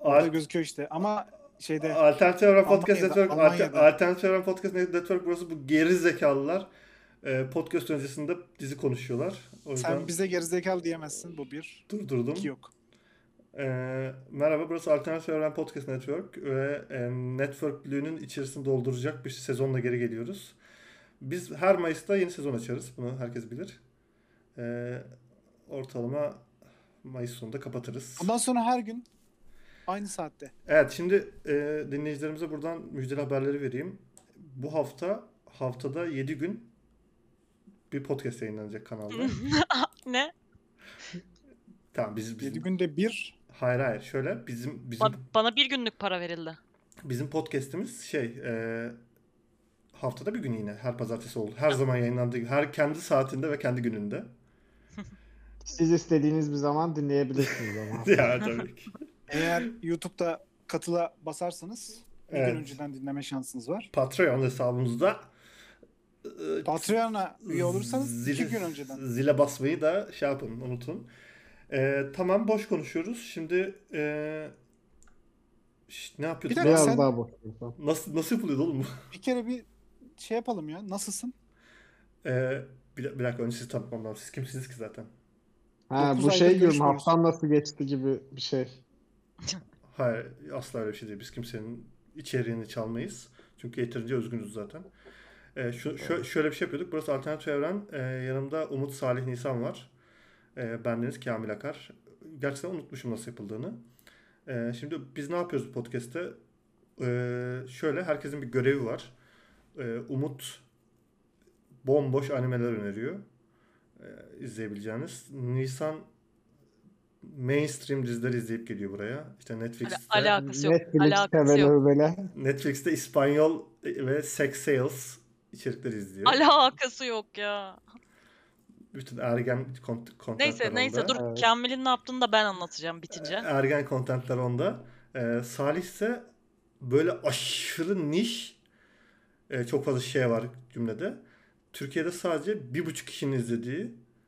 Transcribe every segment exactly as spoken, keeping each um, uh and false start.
Orada Art- gözüküyor işte ama şeyde Alternatif Evren Podcast Almanya'da, Network, Alter- Almanya'da. Alternatif Evren Podcast Network burası, bu geri zekalılar e, podcast öncesinde dizi konuşuyorlar. O yüzden Sen bize gerizekalı diyemezsin, bu bir. İki durdurdum. yok. E, merhaba, burası Alternatif Evren Podcast Network ve e, networklüğünün içerisini dolduracak bir sezonla geri geliyoruz. Biz her Mayıs'ta yeni sezon açarız. Bunu herkes bilir. E, ortalama Mayıs sonunda kapatırız. Bundan sonra her gün aynı saatte. Evet, şimdi e, dinleyicilerimize buradan müjdeli haberleri vereyim. Bu hafta haftada yedi gün bir podcast yayınlanacak kanalda. Ne? Tamam, biz yedi bizim günde bir. hayır hayır şöyle bizim bizim Ba- bana bir günlük para verildi. bizim podcast'imiz şey e, haftada bir gün, yine her pazartesi oldu. Her zaman yayınlandığı gibi, her kendi saatinde ve kendi gününde. Siz istediğiniz bir zaman dinleyebilirsiniz ama. Ya tabii ki. Eğer YouTube'da katıla basarsanız bir Evet. gün önceden dinleme şansınız var. Patreon hesabımızda e, Patreon'a üye olursanız iki zile, gün önceden. zile basmayı da şey yapın, unutun. E, tamam, boş konuşuyoruz. Şimdi e, şş, ne yapıyorduk? Bir dakika, Biraz sen- daha boş konuşalım. Nasıl nasıl yapılıyordu oğlum bu? Bir kere bir şey yapalım ya. Nasılsın? Ee, bir, bir dakika, önce sizi tanıtmam lazım. Siz kimsiniz ki zaten? Ha, Dokuz bu aydır şey diyorum, görüşmüyoruz. haftan nasıl geçti gibi bir şey. Hayır, asla öyle bir şey değil. Biz kimsenin içeriğini çalmayız. Çünkü yeterince özgünüz zaten. Ee, şu, şö- şöyle bir şey yapıyorduk. Burası Alternatif Evren. Ee, yanımda Umut, Salih, Nisan var. Ee, bendeniz Kamil Akar. Gerçekten unutmuşum nasıl yapıldığını. Ee, şimdi biz ne yapıyoruz bu podcast'te? Ee, şöyle, herkesin bir görevi var. Ee, Umut bomboş animeler öneriyor. Ee, izleyebileceğiniz. Nisan mainstream dizileri izleyip geliyor buraya. İşte Netflix'te Ala- alakası yok. Netflix'te Alakası böyle yok. böyle. Netflix'te İspanyol ve sex sales içerikleri izliyor. Alakası yok ya. Bütün ergen kont- kontentler Neyse onda. neyse dur, Evet. Kamil'in ne yaptığını da ben anlatacağım bitince. Ergen kontentler onda. Ee, Salih ise böyle aşırı niş, e, çok fazla şey var cümlede. Türkiye'de sadece bir buçuk kişinin izlediği,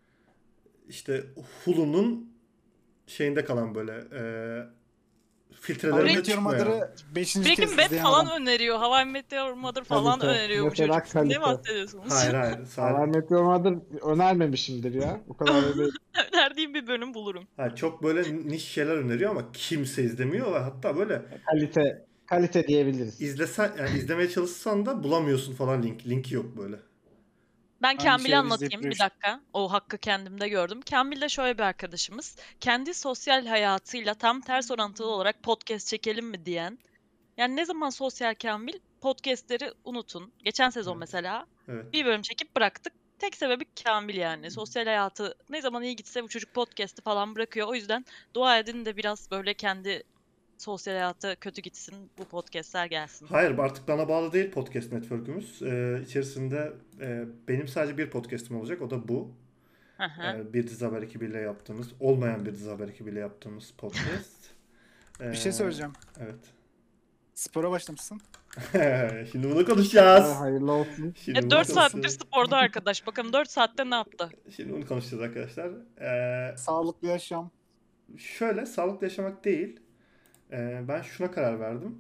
işte Hulu'nun şeyinde kalan böyle e, filtrelerinde Ahmet Your çıkmayan. Mother'ı beşinci kez Breaking Bad izleyen falan adam. öneriyor. How I Met Your Mother falan Kalite. öneriyor bu Mesela çocuk. Siz ne kalite. bahsediyorsunuz? Hayır hayır. Hava Salih, Meteor Mother önermemişimdir ya. Bu kadar öyle. Önerdiğim bir bölüm bulurum. ha, çok böyle niş şeyler öneriyor ama kimse izlemiyor ve hatta böyle kalite kalite diyebiliriz. izlesen, yani izlemeye çalışsan da bulamıyorsun falan, link. Linki yok böyle. Ben Aynı Kamil'i şeyleri anlatayım izleyip bir duruyor. dakika. O hakkı kendimde gördüm. Kamil de şöyle bir arkadaşımız. Kendi sosyal hayatıyla tam ters orantılı olarak podcast çekelim mi diyen. Yani ne zaman sosyal Kamil? Podcastleri unutun. Geçen sezon Evet. mesela Evet. bir bölüm çekip bıraktık. Tek sebebi Kamil yani. Sosyal hayatı ne zaman iyi gitse bu çocuk podcast'i falan bırakıyor. O yüzden dua edin de biraz böyle kendi sosyal hayatı kötü gitsin. Bu podcast'ler gelsin. Hayır, artık bana bağlı değil podcast network'ümüz. Ee, içerisinde e, benim sadece bir podcast'im olacak. O da bu. Hı hı. Ee, bir dizi haber ekibiyle yaptığımız, olmayan bir dizi haber ekibiyle yaptığımız podcast. Bir Ee, şey söyleyeceğim. Evet. Spora başlamışsın. Şimdi bunu konuşacağız. Ha, hayırlı olsun. Şimdi E, bunu dört saattir konuşacağız. sporda arkadaş. Bakalım dört saatte ne yaptı? Şimdi bunu konuşacağız arkadaşlar. Ee, Sağlıklı yaşam. şöyle, sağlıklı yaşamak değil. Ee, ben şuna karar verdim.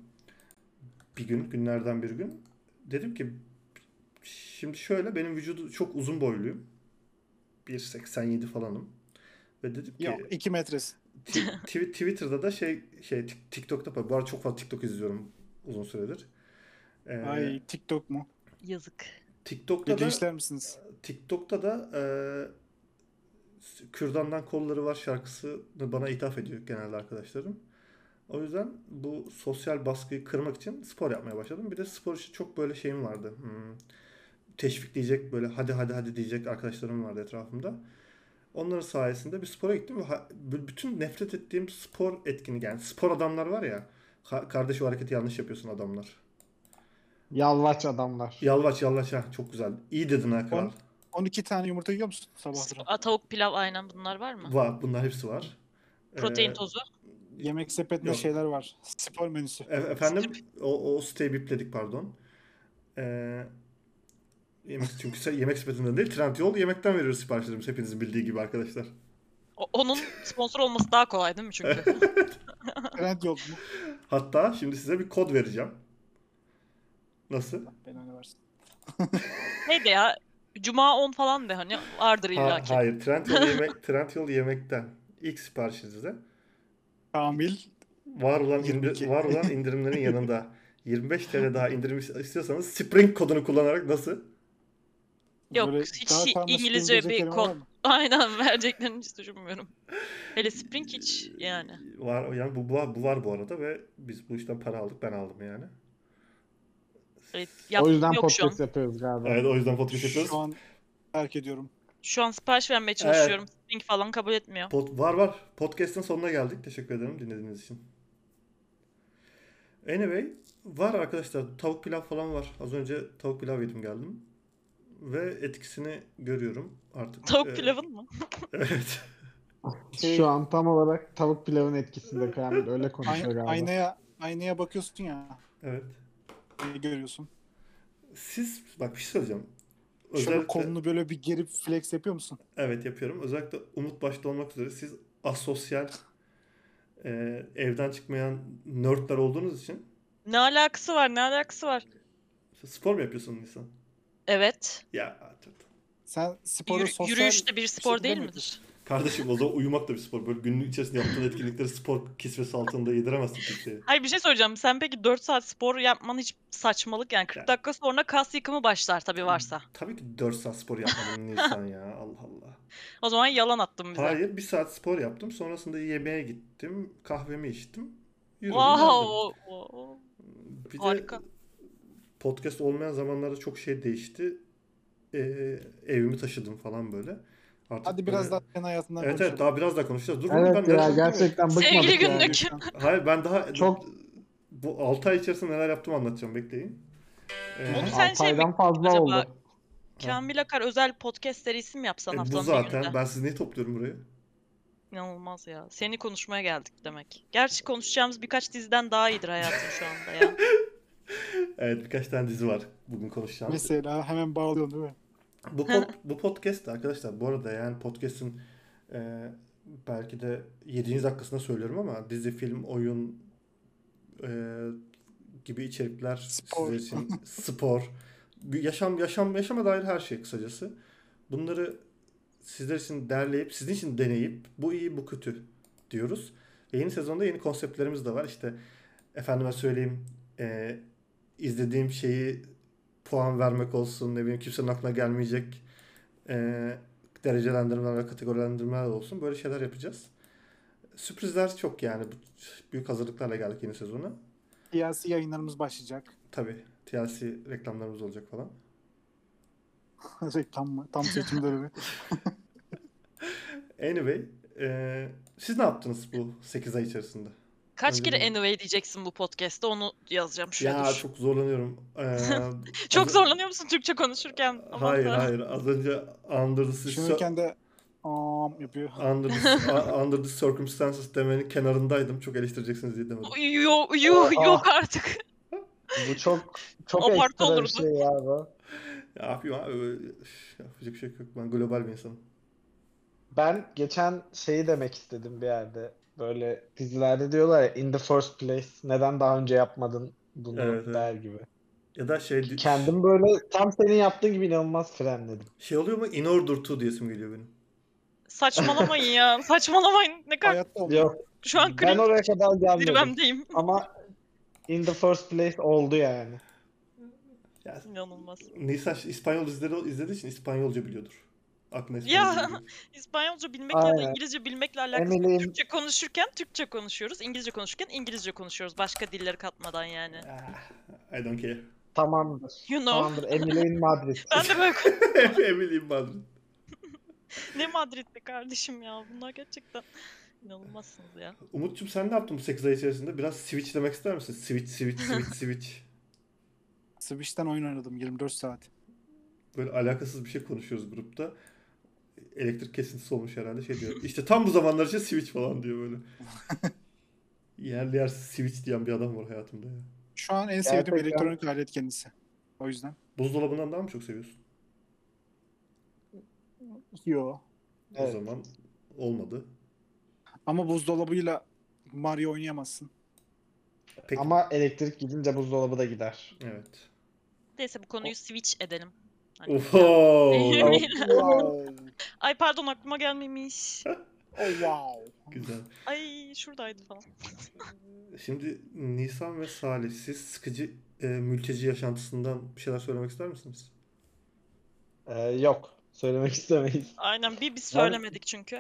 Bir gün, günlerden bir gün. Dedim ki, şimdi şöyle, benim vücudu çok uzun boyluyum. bir seksen yedi falanım. Ve dedim ki Yok, iki metresin. Ti- tw- Twitter'da da şey şey Tik- TikTok'ta, bu arada çok fazla TikTok izliyorum uzun süredir. Ee, Ay, TikTok mu? Yazık. TikTok'ta da Bilinçler misiniz? TikTok'ta da e, Kürdandan Kolları Var şarkısı bana ithaf ediyor genelde arkadaşlarım. O yüzden bu sosyal baskıyı kırmak için spor yapmaya başladım. Bir de spor için çok böyle şeyim vardı. Hmm, teşvikleyecek, böyle hadi hadi hadi diyecek arkadaşlarım vardı etrafımda. Onların sayesinde bir spora gittim ve ha- b- bütün nefret ettiğim spor etkinliği, yani spor adamlar var ya, ka- kardeş o hareketi yanlış yapıyorsun adamlar. Yalvaç adamlar. Yalvaç yalvaç, ha çok güzel. İyi dedin ha kral. On- on iki tane yumurta yiyor musun sabahları? Sp- Tavuk, pilav aynen bunlar var mı? Var, bunlar hepsi var. Protein Ee, tozu. Yemek sepetinde Yok. şeyler var. Spor menüsü. e- efendim o, o siteyi bipledik, pardon. Ee, yemek, çünkü se- yemek sepetinden değil, Trendyol yemekten veriyoruz siparişlerimizi, hepinizin bildiği gibi arkadaşlar. O- onun sponsor olması daha kolay değil mi çünkü? Trendyol mu? Hatta şimdi size bir kod vereceğim. Nasıl? Ben öyle versin. Neydi ya? Cuma on falan de hani vardır Ha, illaki. hayır. Trendyol, yemek, Trendyol yemekten ilk siparişinizde Kamil var olan yirmi indir- iki. var olan indirimlerin yanında yirmi beş T L daha indirim istiyorsanız Spring kodunu kullanarak nasıl? Yok Böyle hiç daha şi- karmaşık İngilizce İngilizce bir kelime kod. var mı? Aynen vereceklerini hiç düşünmüyorum. Hele Spring hiç yani. Var yani bu, bu, var- bu var bu arada ve biz bu işten para aldık, ben aldım yani. Evet, O yaptım yüzden yok şu an. podcast yapıyoruz galiba. Evet, o yüzden podcast yapıyoruz. Şu an terk ediyorum. Şu an sipariş vermeye çalışıyorum. Spring falan kabul etmiyor. Pod- var var. Podcast'ın sonuna geldik. Teşekkür ederim dinlediğiniz için. Anyway, var arkadaşlar. Tavuk pilav falan var. Az önce tavuk pilav yedim geldim. Ve etkisini görüyorum artık. Tavuk Ee, pilavın mı? Evet. Şey, Şu an tam olarak tavuk pilavın etkisinde Kamil. Öyle Ay- konuşuyor galiba. aynaya aynaya bakıyorsun ya. Evet. Ne görüyorsun? Siz bak bir şey söyleyeceğim. Şöyle Özellikle kolunu böyle bir gerip flex yapıyor musun? evet yapıyorum. Özellikle Umut başta olmak üzere siz asosyal e, evden çıkmayan nerdler olduğunuz için Ne alakası var? Ne alakası var? spor mu yapıyorsun Nisan? Evet. Ya Sen sporu Yürü- sosyal yürüyüş de bir spor şekilde değil mi midir? kardeşim o zaman uyumak da bir spor. Böyle günlük içerisinde yaptığın etkinlikleri spor kisvesi altında yediremezsin kimseye. Hayır bir şey söyleyeceğim. Sen peki dört saat spor yapman hiç saçmalık yani. kırk Ya. dakika sonra kas yıkımı başlar tabii varsa. Tabii ki dört saat spor yapmadım Nisan ya. Allah Allah. O zaman yalan attın bize. Hayır bir saat spor yaptım. Sonrasında yemeğe gittim. Kahvemi içtim. Yürüdüm Wow. wow. geldim. Bir de Harika. podcast olmayan zamanlarda çok şey değişti. Ee, evimi taşıdım falan böyle. Artık Hadi biraz böyle- daha senin hayatından Evet konuşalım. evet daha biraz daha konuşacağız. Dur oğlum, Evet ben ya neler- gerçekten bıkmadık Sevgili yani. günlük. Hayır ben daha Çok- bu altı ay içerisinde neler yaptığımı anlatacağım, bekleyin. Ee, Onu sen altı şey mi aydan fazla acaba? oldu. Kamil Akar özel podcast serisi mi yapsan e, bu haftanın bir zaten. günde? Ben sizi niye topluyorum buraya? İnanılmaz ya. Seni konuşmaya geldik demek. Gerçi konuşacağımız birkaç diziden daha iyidir hayatım şu anda ya. Evet birkaç tane dizi var bugün konuşacağım. Mesela hemen bağlıyorsun değil mi? Bu pod, bu podcast arkadaşlar bu arada yani podcast'in e, belki de yedinci dakikasında söylüyorum ama dizi, film, oyun e, gibi içerikler Spor. sizler için spor, yaşam yaşam yaşama dair her şey kısacası. Bunları sizler için derleyip sizin için deneyip bu iyi bu kötü diyoruz. Yeni sezonda yeni konseptlerimiz de var. İşte efendime söyleyeyim e, izlediğim şeyi puan vermek olsun, ne bileyim kimsenin aklına gelmeyecek e, derecelendirmeler ve kategorilendirmeler olsun. Böyle şeyler yapacağız. Sürprizler çok yani. Bu büyük hazırlıklarla geldik yeni sezona. T L C yayınlarımız başlayacak. Tabii T L C reklamlarımız olacak falan. Reklam mı? Tam seçim dönemi. Anyway, e, siz ne yaptınız bu sekiz ay içerisinde? Kaç Öyle kere mi? anyway diyeceksin bu podcast'te onu yazacağım şuraya Ya dur. çok zorlanıyorum. Ee, Çok az- zorlanıyor musun Türkçe konuşurken? Aman Hayır tanrım. hayır. Az önce under the, cir- Düşünürken de am yapıyor. under the, under the circumstances demenin kenarındaydım. Çok eleştireceksiniz diye demedim. Yuh yuh Aa. yok artık. Bu çok çok Abartı ekstra bir olurdu. şey ya bu. Ya yapayım abi. Üf, Yapacak bir şey yok. Ben global bir insanım. Ben geçen şeyi demek istedim bir yerde. Böyle dizilerde diyorlar ya in the first place neden daha önce yapmadın bunu Evet, evet. der gibi. Ya da şey Kendim böyle tam senin yaptığın gibi inanılmaz frenledim. şey oluyor mu? In order to diyesim geliyor benim. Saçmalamayın ya. Saçmalamayın. Ne kadar Hayatta olmuyor. Yok şu an ben cringe oraya kadar gelmedim. zirvemdeyim. Ama in the first place oldu yani. Ya, İnanılmaz. Nisan İspanyol dizileri izlediği için İspanyolca biliyordur. Aklına Ya. İspanyolca geliyor. İspanyolca bilmekle ya da Aynen. İngilizce bilmekle alakası yok. Emily'in- Türkçe konuşurken Türkçe konuşuyoruz. İngilizce konuşurken İngilizce konuşuyoruz. Başka dilleri katmadan yani. Ah, I don't care. Tamamdır. You know. Tamamdır. Emily in Madrid. Ben de böyle Emily'im Madrid. ne Madrid'de kardeşim ya. Bunlar gerçekten inanılmazsınız ya. Umut'cum sen ne yaptın bu sekiz ay içerisinde? Biraz switch demek ister misin? Switch, switch, switch, switch. Switch'ten oyun oynadım yirmi dört saat. Böyle alakasız bir şey konuşuyoruz grupta. Elektrik kesintisi olmuş herhalde şey diyor. İşte tam bu zamanlar için switch falan diyor böyle. Yerli yersiz switch diyen bir adam var hayatımda ya. Şu an en sevdiğim Gerçekten. elektronik alet kendisi. O yüzden. Buzdolabından daha mı çok seviyorsun? Yo. O Evet. zaman olmadı. Ama buzdolabıyla Mario oynayamazsın. Peki. Ama elektrik gidince buzdolabı da gider. Evet. Neyse bu konuyu switch edelim. Hani Oho. Wow. Ay pardon aklıma gelmemiş. Oh wow. Güzel. Ay şuradaydı falan. Şimdi Nisan ve Salih, siz sıkıcı e, mülteci yaşantısından bir şeyler söylemek ister misiniz? Ee, yok. Söylemek istemeyiz. Aynen bir biz Ben- söylemedik çünkü.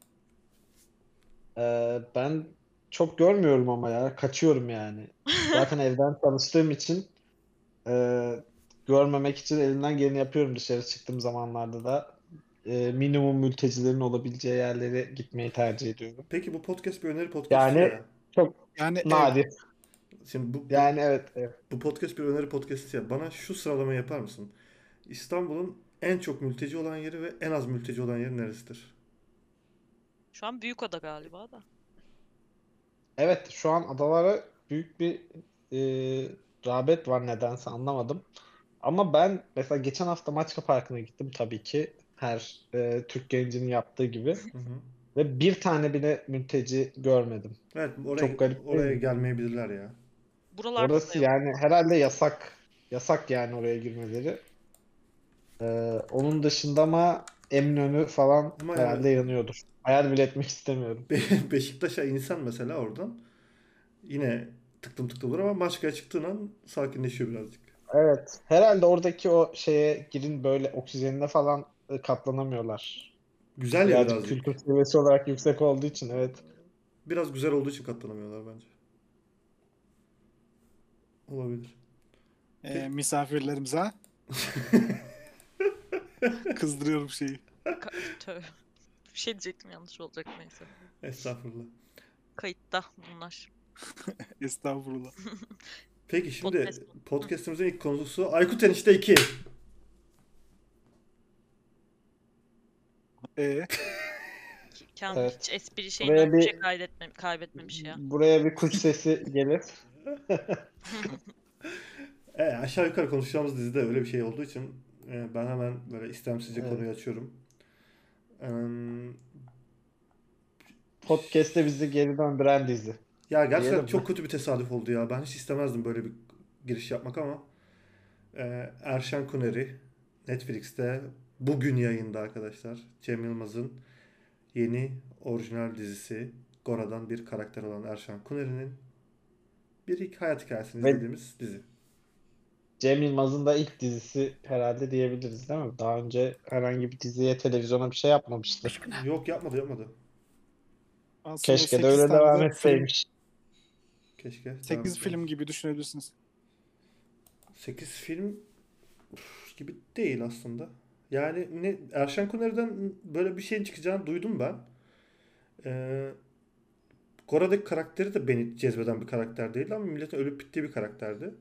Ee, ben çok görmüyorum ama ya. Kaçıyorum yani. Zaten evden çalıştığım için e, görmemek için elimden geleni yapıyorum dışarı çıktığım zamanlarda da. E, minimum mültecilerin olabileceği yerlere gitmeyi tercih ediyorum. Peki bu podcast bir öneri podcast'ı Yani ya. çok Yani ev. nadir. Şimdi bu, bu, Yani evet, evet. bu podcast bir öneri podcast'ı ya. Bana şu sıralamayı yapar mısın? İstanbul'un en çok mülteci olan yeri ve en az mülteci olan yeri neresidir? Şu an Büyükada galiba da. Evet, şu an adalara büyük bir e, rağbet var, nedense anlamadım. Ama ben mesela geçen hafta Maçka Parkı'na gittim tabii ki. Her e, Türk gencinin yaptığı gibi. Hı hı. Ve bir tane bile mülteci görmedim. Evet, oraya, Çok garip değil oraya mi? gelmeyebilirler ya. Buralarda da Orası yok. yani herhalde yasak. Yasak yani oraya girmeleri. Ee, onun dışında ama Eminönü falan Ama herhalde yani yanıyordur. Hayal bile etmek istemiyorum. Be- Beşiktaş'a insan mesela oradan yine tıklım tıklım olur ama Maçka'ya çıktığın an sakinleşiyor birazcık. Evet. Herhalde oradaki o şeye girin böyle oksijenine falan e, katlanamıyorlar. Güzel ya Birazcık birazcık. kültür seviyesi olarak yüksek olduğu için evet. Biraz güzel olduğu için katlanamıyorlar bence. Olabilir. e, misafirlerimize kızdırıyorum şeyi. Ka- Tövbe. Bir şey diyecektim yanlış olacak neyse. Estağfurullah. Kayıtta bunlar. Estağfurullah. Peki şimdi Podcast bu. Hı. podcast'imizin ilk konusu Aykut Enişte iki. E, Kendi Evet. hiç espri Buraya şeyinden bir şey bir kaydetme, kaybetmemiş ya. buraya bir kuş sesi gelir. E, aşağı yukarı konuşacağımız dizide öyle bir şey olduğu için e, ben hemen böyle istemsizce Evet. konuyu açıyorum. Em, Podcast'te bizi geri döndüren dizi. Ya gerçekten Diyelim çok mi? kötü bir tesadüf oldu ya. Ben hiç istemezdim böyle bir giriş yapmak ama e, Erşen Kuneri Netflix'te bugün yayında arkadaşlar. Cem Yılmaz'ın yeni orijinal dizisi Gora'dan bir karakter olan Erşen Kuneri'nin bir ilk hayat hikayesini Ve izlediğimiz dizi. Cem Yılmaz'ın da ilk dizisi herhalde diyebiliriz değil mi? Daha önce herhangi bir diziye, televizyona bir şey yapmamıştı. Yok, yapmadı yapmadı. aslında Keşke de sekiz öyle tane devam de film, etseymiş. Keşke devam sekiz etseymiş. film gibi düşünebilirsiniz. sekiz film üf, gibi değil aslında. Yani ne Erşen Kuneri'den böyle bir şeyin çıkacağını duydum ben. Ee, Gora'daki karakteri de beni cezbeden bir karakter değildi ama milletin ölüp bittiği bir karakterdi.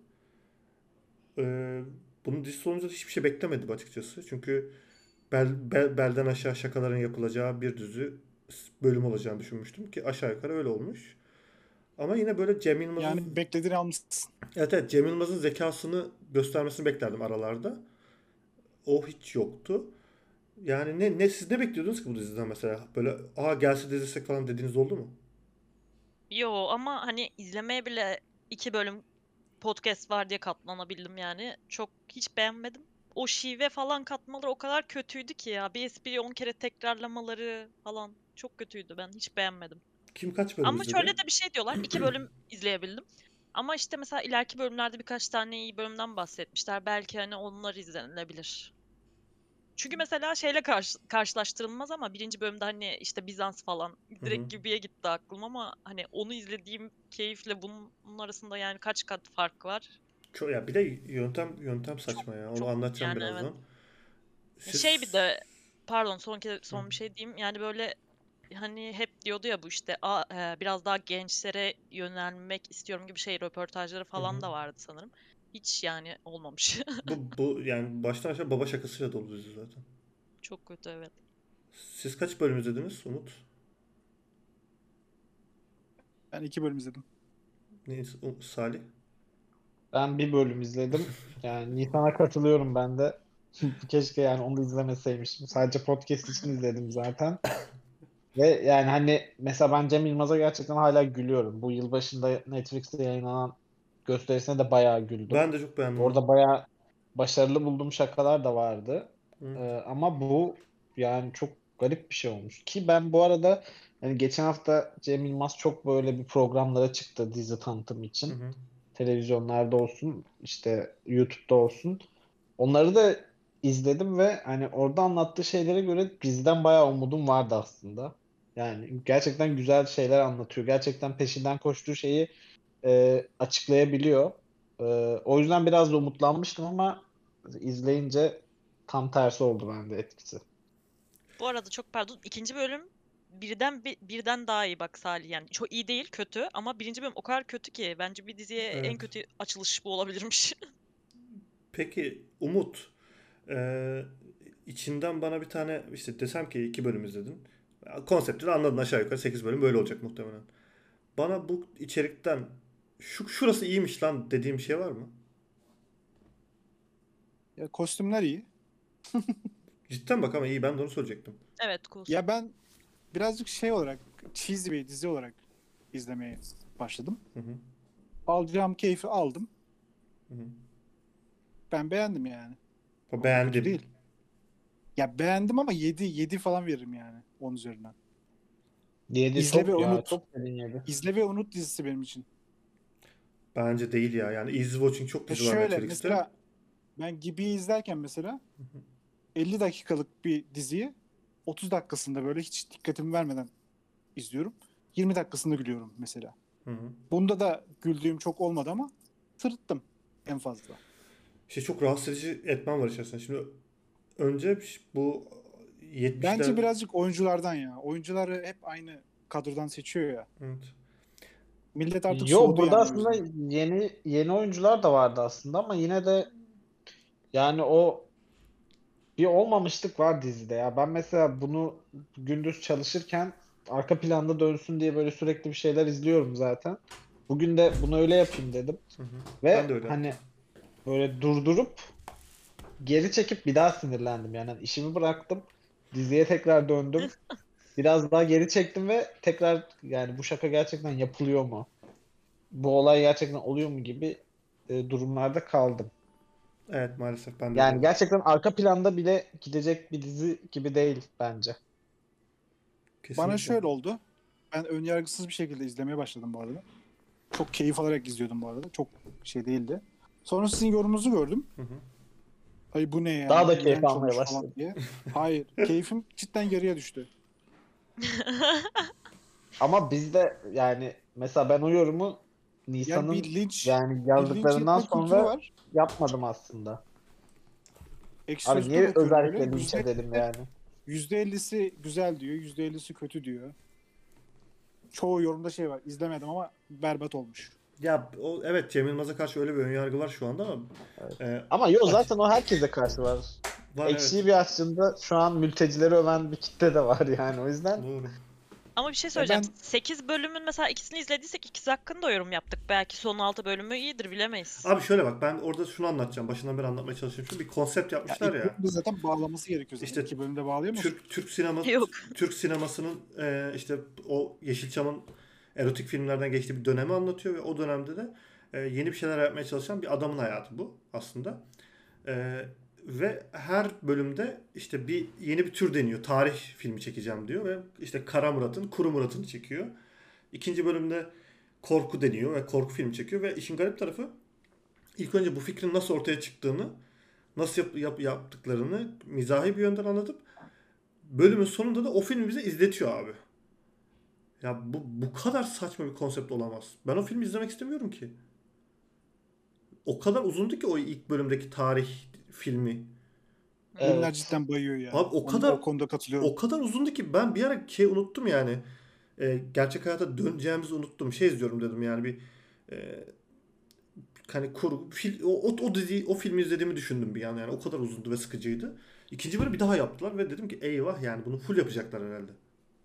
Ee, bunun dizisi olunca da hiçbir şey beklemedim açıkçası. Çünkü bel, bel- belden aşağı şakaların yapılacağı bir dizi bölüm olacağını düşünmüştüm ki aşağı yukarı öyle olmuş. Ama yine böyle Cem Yılmaz'ın Yani beklediğini almışsın. evet, evet Cem Yılmaz'ın zekasını göstermesini beklerdim aralarda. O hiç yoktu. Yani ne ne siz ne bekliyordunuz ki bu diziden mesela? Böyle aa gelse de izlesek falan dediğiniz oldu mu? Yo ama hani izlemeye bile iki bölüm podcast var diye katlanabildim yani. Çok hiç beğenmedim. O şive falan katmaları o kadar kötüydü ki ya. Bir espriyi on kere tekrarlamaları falan çok kötüydü. Ben hiç beğenmedim. Kim kaç bölüm Ama izledi? şöyle de bir şey diyorlar. iki bölüm izleyebildim. Ama işte mesela ileriki bölümlerde birkaç tane iyi bölümden bahsetmişler. Belki hani onlar izlenilebilir. Çünkü mesela şeyle karşı, karşılaştırılmaz ama birinci bölümde hani işte Bizans falan Hı hı. direkt Gibi'ye gitti aklım ama hani onu izlediğim keyifle bunun, bunun arasında yani kaç kat fark var. Çok, ya bir de yöntem yöntem Çok saçma ya. Onu çok anlatacağım yani evet. birazdan. Ya Siz Şey bir de pardon son kez Hı. son bir şey diyeyim. Yani böyle hani hep diyordu ya bu işte "Aa, e, biraz daha gençlere yönelmek istiyorum" gibi şey röportajları Hı falan hı. da vardı sanırım. Hiç yani olmamış. Bu bu yani baştan aşağı baba şakasıyla dolu dizi zaten. Çok kötü evet. Siz kaç bölüm izlediniz Umut? Ben iki bölüm izledim. Ne, Um- Salih? Ben bir bölüm izledim. Yani Nisan'a katılıyorum ben de. Keşke yani onu izlemeseymişim. Sadece podcast için izledim zaten. Ve yani hani mesela ben Cem Yılmaz'a gerçekten hala gülüyorum. Bu yılbaşında Netflix'te yayınlanan gösterisine de bayağı güldüm. Ben de çok beğendim onu. Orada bayağı başarılı bulduğum şakalar da vardı. Hı. Ee, ama bu yani çok garip bir şey olmuş. Ki ben bu arada hani geçen hafta Cem Yılmaz çok böyle bir programlara çıktı dizi tanıtım Hı için. hı. Televizyonlarda olsun, işte YouTube'da olsun. Onları da izledim ve hani orada anlattığı şeylere göre diziden bayağı umudum vardı aslında. Yani gerçekten güzel şeyler anlatıyor. Gerçekten peşinden koştuğu şeyi e, açıklayabiliyor. E, o yüzden biraz da umutlanmıştım ama izleyince tam tersi oldu bende etkisi. Bu arada çok pardon. ikinci bölüm birden bi- birden daha iyi bak Salih. Yani çok iyi değil, kötü ama birinci bölüm o kadar kötü ki bence bir diziye en Evet. kötü açılış bu olabilirmiş. Peki Umut, eee, içinden bana bir tane işte desem ki iki bölüm izledin. Konsepti de anladın aşağı yukarı sekiz bölüm böyle olacak muhtemelen. Bana bu içerikten şu şurası iyiymiş lan dediğim bir şey var mı? Ya kostümler iyi. Cidden bak ama iyi ben de onu söyleyecektim. Evet, cool. Ya ben birazcık şey olarak cheesy bir dizi olarak izlemeye başladım. Hı hı. Alacağım keyfi aldım. Hı hı. Ben beğendim yani. O O kadar kötü beğendim. değil. Ya beğendim ama yedi yedi falan veririm yani on üzerinden. Yedi İzle ve çok ya. unut. Çok dedin yedi. İzle ve unut dizisi benim için. Bence değil ya. Yani easy watching çok Ya dizi var şöyle Netflix'te. mesela ben Gibi'yi izlerken mesela elli dakikalık bir diziyi otuz dakikasında böyle hiç dikkatimi vermeden izliyorum. yirmi dakikasında gülüyorum mesela. Hı hı. Bunda da güldüğüm çok olmadı ama sırıttım en fazla. İşte çok rahatsız edici etmen var içerisinde. Şimdi önce bu yetmişler. Bence birazcık oyunculardan ya. Oyuncuları hep aynı kadrodan seçiyor ya. Evet. Millet artık Yo, soğudu burada yani o aslında yüzden. yeni yeni oyuncular da vardı aslında ama yine de yani o bir olmamışlık var dizide ya. Ben mesela bunu gündüz çalışırken arka planda dönsün diye böyle sürekli bir şeyler izliyorum zaten. Bugün de bunu öyle yapayım dedim. Hı hı. Ben de Ve öyle hani yaptım. böyle durdurup geri çekip bir daha sinirlendim. Yani hani işimi bıraktım. Diziye tekrar döndüm. Biraz daha geri çektim ve tekrar yani bu şaka gerçekten yapılıyor mu? Bu olay gerçekten oluyor mu gibi e, durumlarda kaldım. Evet maalesef ben de öyle Yani oldum. gerçekten arka planda bile gidecek bir dizi gibi değil bence. Bana Kesinlikle. şöyle oldu. Ben önyargısız bir şekilde izlemeye başladım bu arada. Çok keyif alarak izliyordum bu arada. Çok şey değildi. Sonra sizin yorumunuzu gördüm. Hı hı. Ay bu ne Daha ya? da keyif İğrenç almaya olmuş falan başladım. diye. Hayır. Keyfim cidden yarıya düştü. Ama bizde yani mesela ben o yorumu Yani Nisan'ın bir linç yani bir linç yazdıklarından etme kültürü sonra var. yapmadım aslında. Ekşi Abi Sözlük'te de niye okuyorum öyle. özellikle linç Yüzde edelim yani? yüzde ellisi güzel diyor. Yüzde ellisi kötü diyor. Çoğu yorumda şey var. İzlemedim ama berbat olmuş. Ya o, evet Cem Yılmaz'a karşı öyle bir önyargı var şu anda ama Evet. e, Ama yo, aç. zaten o herkese karşı var. Var Ekşiyi evet. bir açtığında şu an mültecileri öven bir kitle de var yani. O yüzden Doğru. Ama bir şey Ya söyleyeceğim. ben sekiz bölümün mesela ikisini izlediysek ikisi hakkında yorum yaptık. Belki son altı bölümü iyidir, bilemeyiz. Abi şöyle bak ben orada şunu anlatacağım. Başından beri anlatmaya çalışıyorum. Şu bir konsept ya yapmışlar iki ya. bölümde zaten bağlaması gerekiyor zaten. İşte İki bölümde bağlayamıyorsun. Türk Türk sinema Yok. Türk sinemasının e, işte o Yeşilçam'ın erotik filmlerden geçtiği bir dönemi anlatıyor ve o dönemde de e, yeni bir şeyler yapmaya çalışan bir adamın hayatı bu aslında. E, ve her bölümde işte bir yeni bir tür deniyor. Tarih filmi çekeceğim diyor ve işte Kara Murat'ın Kuru Murat'ını çekiyor. İkinci bölümde korku deniyor ve korku filmi çekiyor ve işin garip tarafı ilk önce bu fikrin nasıl ortaya çıktığını, nasıl yap, yap- yaptıklarını mizahi bir yönden anlatıp bölümün sonunda da o filmi bize izletiyor abi. Ya bu bu kadar saçma bir konsept olamaz. Ben o filmi izlemek istemiyorum ki. O kadar uzundu ki o ilk bölümdeki tarih filmi. Filmler evet. cidden bayıyor ya. Abi o Onu, kadar o konuda katılıyorum. o kadar uzundu ki ben bir ara şey unuttum yani. Ee, gerçek hayata döneceğimizi unuttum. Şey izliyorum dedim yani bir e, hani kurgu fil, o, o, o diziyi o filmi izlediğimi düşündüm bir an yani o kadar uzundu ve sıkıcıydı. İkinci bölüm bir daha yaptılar ve dedim ki eyvah yani bunu full yapacaklar herhalde.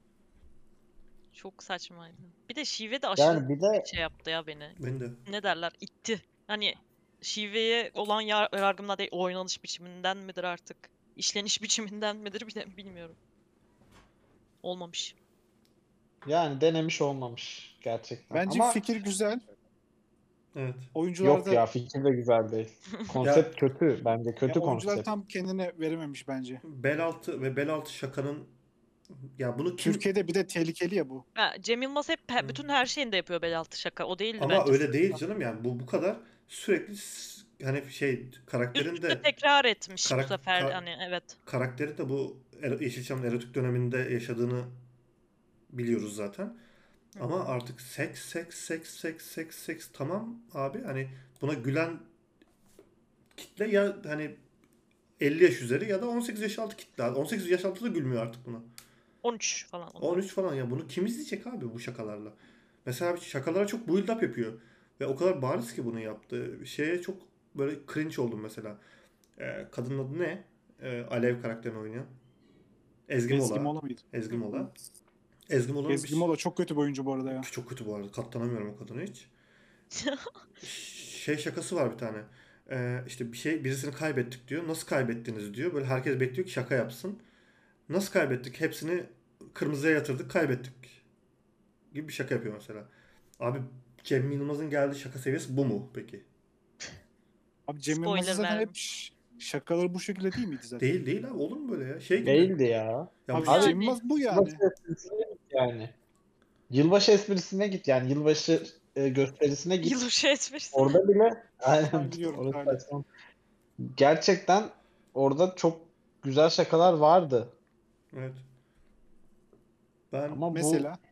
Çok saçmaydı. Bir de şive de aşırı Yani bir de şey yaptı ya beni. Ben de. Ne derler? İtti. Hani şiveye olan yar yargımda değil, oynanış biçiminden midir artık? İşleniş biçiminden midir bile bilmiyorum. Olmamış. Yani denemiş olmamış gerçekten. Bence Ama fikir güzel. Evet. Oyuncular yok da ya, fikir de güzel değil. Ya Konsept kötü. Bence ya kötü oyuncular konsept. tam kendine verememiş bence. bel altı ve bel altı şakanın, ya bunu kim, Türkiye'de bir de tehlikeli ya bu. Ha, Cem Yılmaz hep pe- Hı. bütün her şeyinde yapıyor bel altı şaka. O değildi ama bence öyle değil sıkıntı. canım, yani bu bu kadar sürekli s- hani şey Üst karakterin üste de tekrar etmiş bu karak, sefer ka- hani evet. karakteri de bu er- Yeşilçam'ın erotik döneminde yaşadığını biliyoruz zaten. Hı Ama hı. artık seks seks seks seks seks seks tamam abi, hani buna gülen kitle ya hani elli yaş üzeri ya da on sekiz yaş altı kitle. on sekiz yaş altı da gülmüyor artık buna. on üç falan onlar. on üç falan, ya bunu kim izleyecek abi bu şakalarla? Mesela bir şakalara çok build up yapıyor. Ve o kadar bariz ki bunu yaptığı şeye çok böyle cringe oldum mesela. Ee, kadının adı ne? Ee, Alev karakterini oynayan. Ezgi Ezgi Mola. Mola mıydı? Ezgi Hı. Mola. Ezgi Mola'nın bir Ezgi ş- Mola çok kötü bir oyuncu bu arada ya. çok kötü bu arada. Katlanamıyorum o kadına hiç. Şey şakası var bir tane. Ee, işte bir şey, birisini kaybettik diyor. Nasıl kaybettiniz diyor. Böyle herkes bekliyor ki şaka yapsın. Nasıl kaybettik? Hepsini kırmızıya yatırdık, kaybettik gibi bir şaka yapıyor mesela. Abi Cem Yılmaz'ın geldiği şaka seviyesi bu mu peki? Abi Cem Yılmaz'ın Spoiler zaten hep verdim. ş- şakaları bu şekilde değil miydi zaten? Değil değil abi, olur mu böyle ya? Şey gibi. Değildi ya. Ya bu Abi ş- Abi Cem Yani Yılmaz bu yılbaşı yani. esprisine git yani. Yılbaşı esprisine git yani. Yılbaşı e, gösterisine git. yılbaşı esprisi. Orada bile Şu an aynen gidiyorum orası Salih. saçma. Gerçekten orada çok güzel şakalar vardı. evet. Ben Ama bu, Mesela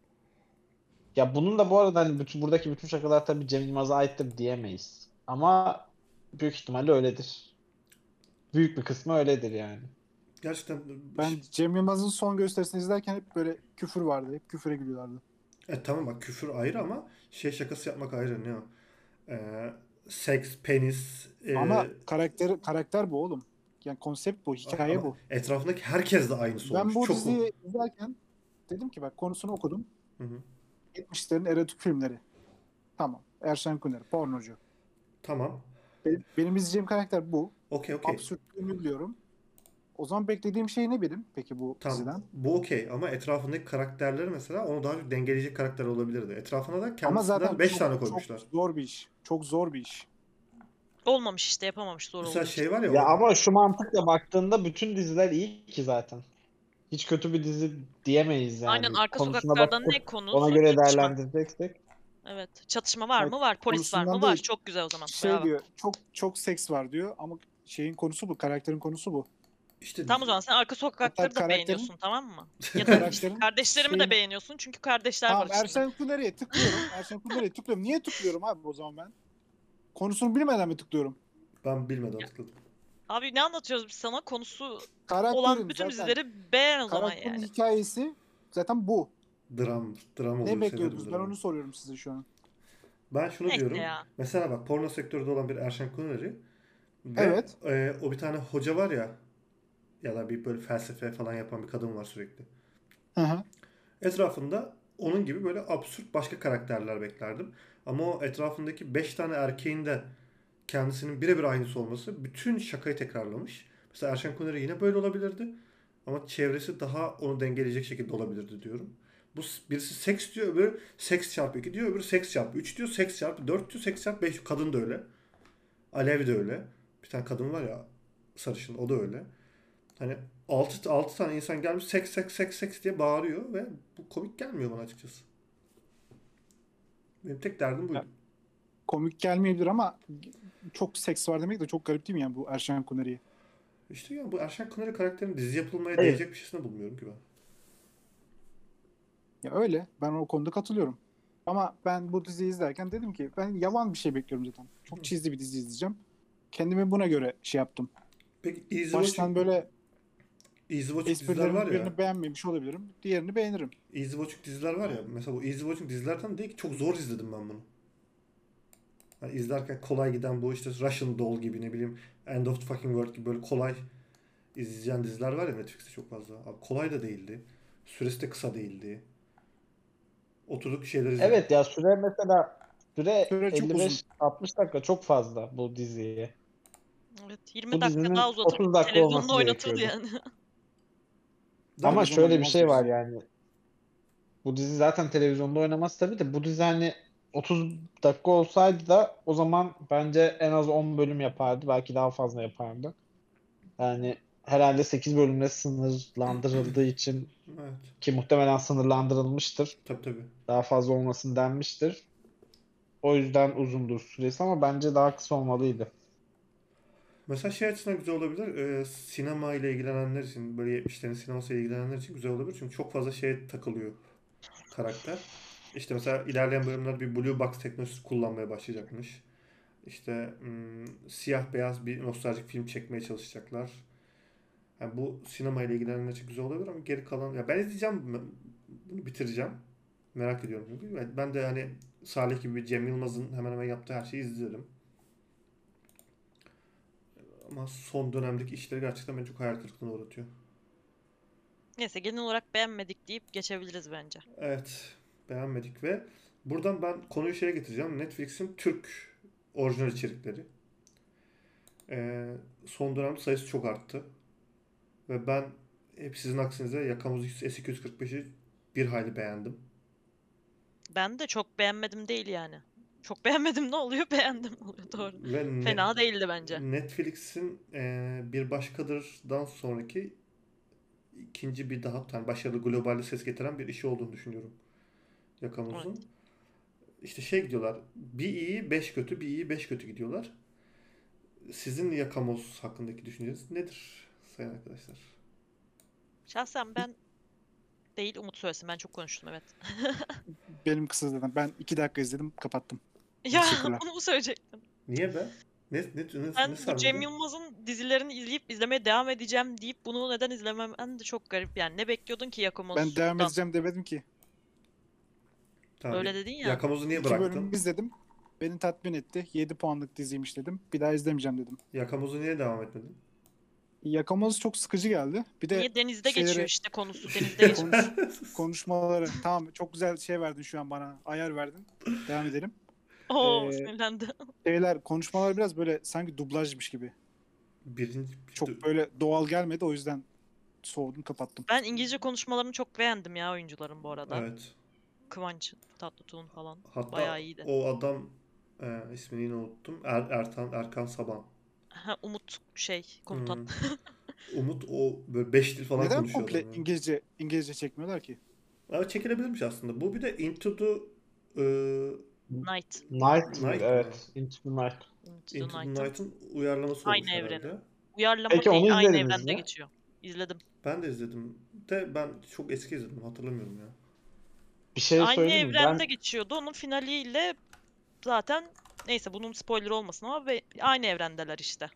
ya bunun da bu arada hani bütün buradaki bütün şakalar tabii Cem Yılmaz'a aittir diyemeyiz. Ama büyük ihtimalle öyledir. Büyük bir kısmı öyledir yani. gerçekten ş- ben Cem Yılmaz'ın son gösterisini izlerken hep böyle küfür vardı. Hep küfüre gülüyorlardı. e, tamam bak, küfür ayrı ama şey şakası yapmak ayrı, ne o? Ee, seks, penis, e, Ama karakter karakter bu oğlum. Yani konsept bu, hikaye ama bu. etrafındaki herkes de aynısı Ben olmuş. bu Çok o. diziyi izlerken dedim ki bak konusunu okudum. Hı hı. yetmişlerin erotik filmleri. Tamam. Erşen Kuner, pornocu. Tamam. Benim, benim izleyeceğim karakter bu. Okey okey. Absürtlüğünü biliyorum. O zaman beklediğim şey ne benim peki bu Tamam. diziden? Bu okey ama etrafındaki karakterleri mesela onu daha çok dengeleyecek karakter olabilirdi. Etrafına da Ama kendisinden zaten beş çok tane çok koymuşlar. zor bir iş. Çok zor bir iş. Olmamış işte yapamamış zor Mesela olduğu için. şey var ya, Ya o ama şu mantıkla baktığında bütün diziler iyi ki zaten. Hiç kötü bir dizi diyemeyiz Aynen yani. arka Konusuna sokaklardan bakıp ne konu? ona So- göre Çatışma. değerlendireceksek. Evet. Çatışma var Hayır, mı? Var. Polis var mı? konusundan Var. değil. Çok güzel o zaman. Şey Bravo. diyor. Çok çok seks var diyor ama şeyin konusu bu. Karakterin konusu bu. işte Tamam o zaman sen arka Hatta sokakları da karakterin beğeniyorsun tamam mı? Ya da karakterin kardeşlerimi de şeyini beğeniyorsun çünkü kardeşler var tamam içinde. Erşen Kuner'e tıklıyorum. Erşen Kuner'e tıklıyorum. Niye tıklıyorum abi o zaman ben? Konusunu bilmeden mi tıklıyorum? ben bilmeden tıkladım. Abi ne anlatıyoruz biz sana? Konusu olan Karakterin bütün zaten dizileri beğen o zaman karakterin yani. hikayesi zaten bu. Dram, dram Ne oluyor, severim bekliyordunuz? Ben dramı. onu soruyorum size şu an. Ben şunu Neyse diyorum. ya. Mesela bak, porno sektöründe olan bir Erşen Kuneri ve Evet. e, o bir tane hoca var ya, ya da bir böyle felsefe falan yapan bir kadın var sürekli. Hı hı. Etrafında onun gibi böyle absürt başka karakterler beklerdim. Ama o etrafındaki beş tane erkeğin de kendisinin birebir aynısı olması bütün şakayı tekrarlamış. Mesela Erşen Kuneri yine böyle olabilirdi. Ama çevresi daha onu dengeleyecek şekilde olabilirdi diyorum. Bu birisi seks diyor, öbürü seks çarpı iki diyor, öbürü seks çarpı üç diyor, seks çarpı dört diyor, seks çarpı beş. Kadın da öyle. Alev de öyle. Bir tane kadın var ya, sarışın, o da öyle. Hani altı altı tane insan gelmiş seks seks seks seks diye bağırıyor ve bu komik gelmiyor bana açıkçası. Benim tek derdim buydu. Ya, komik gelmeyebilir ama çok seks var demek de çok garip değil mi yani bu Erşen Kuneri'yi? İşte ya bu Erşen Kuneri karakterinin dizi yapılmaya Hayır. değecek bir şeysini bulmuyorum ki ben. Ya öyle. Ben o konuda katılıyorum. Ama ben bu diziyi izlerken dedim ki ben yavan bir şey bekliyorum zaten. Çok cheesy bir dizi izleyeceğim. Kendimi buna göre şey yaptım. Peki Easy Baştan Watching, böyle Easy Watching diziler esprilerin var ya. birini beğenmemiş olabilirim. Diğerini beğenirim. Easy Watching diziler var ya. Mesela bu Easy Watching dizilerden değil ki, çok zor izledim ben bunu. Yani izlerken kolay giden bu işte Russian Doll gibi, ne bileyim End of the Fucking World gibi böyle kolay izleyeceğin diziler var ya Netflix'te çok fazla. Abi kolay da değildi. Süresi de kısa değildi. Oturduk şeyler izledik. Evet ya, süre mesela süre Süre çok uzun. elli beş altmış dakika çok fazla bu diziye. Evet yirmi Bu dakika dizinin daha uzatıp otuz dakika televizyonda olması oynatıldı gerekiyordu. yani. Daha Ama Televizyon şöyle bir olmaz şey diyorsun. var yani. Bu dizi zaten televizyonda oynamaz tabii de bu dizi hani otuz dakika olsaydı da o zaman bence en az on bölüm yapardı. Belki daha fazla yapardı. Yani herhalde sekiz bölümle sınırlandırıldığı için Evet. ki muhtemelen sınırlandırılmıştır. Tabii tabii. Daha fazla olmasın denmiştir. O yüzden uzundur süresi ama bence daha kısa olmalıydı. Mesela şey açısından güzel olabilir. E, sinema ile ilgilenenler için, böyle yetmişlerin sinemasıyla ilgilenenler için güzel olabilir. Çünkü çok fazla şeye takılıyor karakter. İşte mesela ilerleyen bölümler bir Blue Box teknolojisi kullanmaya başlayacakmış. İşte hmm, siyah beyaz bir nostaljik film çekmeye çalışacaklar. Yani bu sinema ile ilgilenenler için güzel olabilir ama geri kalan... Ya ben izleyeceğim, bunu bitireceğim. Merak ediyorum çünkü. Ben ben de hani Salih gibi Cem Yılmaz'ın hemen hemen yaptığı her şeyi izlerim. Ama son dönemdeki işleri gerçekten beni çok hayal kırıklığına uğratıyor. Neyse genel olarak beğenmedik deyip geçebiliriz bence. Evet, beğenmedik ve buradan ben konuyu şeye getireceğim. Netflix'in Türk orijinal içerikleri. Ee, son dönemde sayısı çok arttı. Ve ben hep sizin aksinize Yakamuz S iki yüz kırk beşi bir hayli beğendim. Ben de çok beğenmedim değil yani. Çok beğenmedim ne oluyor? Beğendim oluyor doğru. Ve ne- Fena değildi bence. Netflix'in e, Bir Başkadır'dan sonraki ikinci bir daha yani başarılı globalde ses getiren bir işi olduğunu düşünüyorum Evet. Yakamuz'un. İşte şey gidiyorlar. Bir iyi, beş kötü, bir iyi, beş kötü gidiyorlar. Sizin Yakamoz hakkındaki düşünceniz nedir sayın arkadaşlar? Şahsen ben değil Umut söylesin. Ben çok konuştum evet. Benim kısa zaten. Ben iki dakika izledim, kapattım. Ya Teşekkürler. bunu mu söyleyecektin? Niye be? Ne, ne, ne, ne Ben bu Cem sarmadı? Yılmaz'ın dizilerini izleyip izlemeye devam edeceğim deyip bunu neden izlememen de çok garip yani. Ne bekliyordun ki Ben Yakamoz'dan? devam edeceğim demedim ki. Tamam. Öyle dedin ya. Yakamoz'u niye İki bölüm bıraktın? izledim. Beni tatmin etti. yedi puanlık diziymiş dedim. Bir daha izlemeyeceğim dedim. Yakamoz'u niye devam etmedin? Yakamoz çok sıkıcı geldi. Bir de Niye denizde geçiyor şeylere işte konusu denizde geçiyor. konuş, konuşmaları. Tamam, çok güzel şey verdin şu an bana. Ayar verdin. Devam edelim. Oo Ee, sinirlendi. şeyler, konuşmalar biraz böyle sanki dublajmış gibi. Birinci... Çok böyle doğal gelmedi. O yüzden soğudum, kapattım. Ben İngilizce konuşmalarını çok beğendim ya oyuncuların bu arada. Evet. Kıvanç Tatlıtuğ'un falan. Hatta Bayağı iyiydi. o adam e, ismini yine unuttum. Er, Ertan, Erkan Saban. Ha, Umut şey komutan. Hmm. Umut o böyle beş dil falan Neden konuşuyor komple adam ya. İngilizce İngilizce çekmiyorlar ki? Ama çekilebilirmiş aslında. Bu bir de Into the e, Night. Night mı? Night mı? Evet. Into the Night. Into the Into the Night'ın Night'ın uyarlaması aynı olmuş evreni. herhalde. Uyarlama Peki onu değil, aynı izlediniz evrende mi? geçiyor. İzledim. Ben de izledim. De ben çok eski izledim. Hatırlamıyorum ya. Bir şey Aynı söyleyeyim mi? evrende Ben geçiyordu. Onun finaliyle zaten neyse bunun spoiler olmasın ama ve aynı evrendeler işte.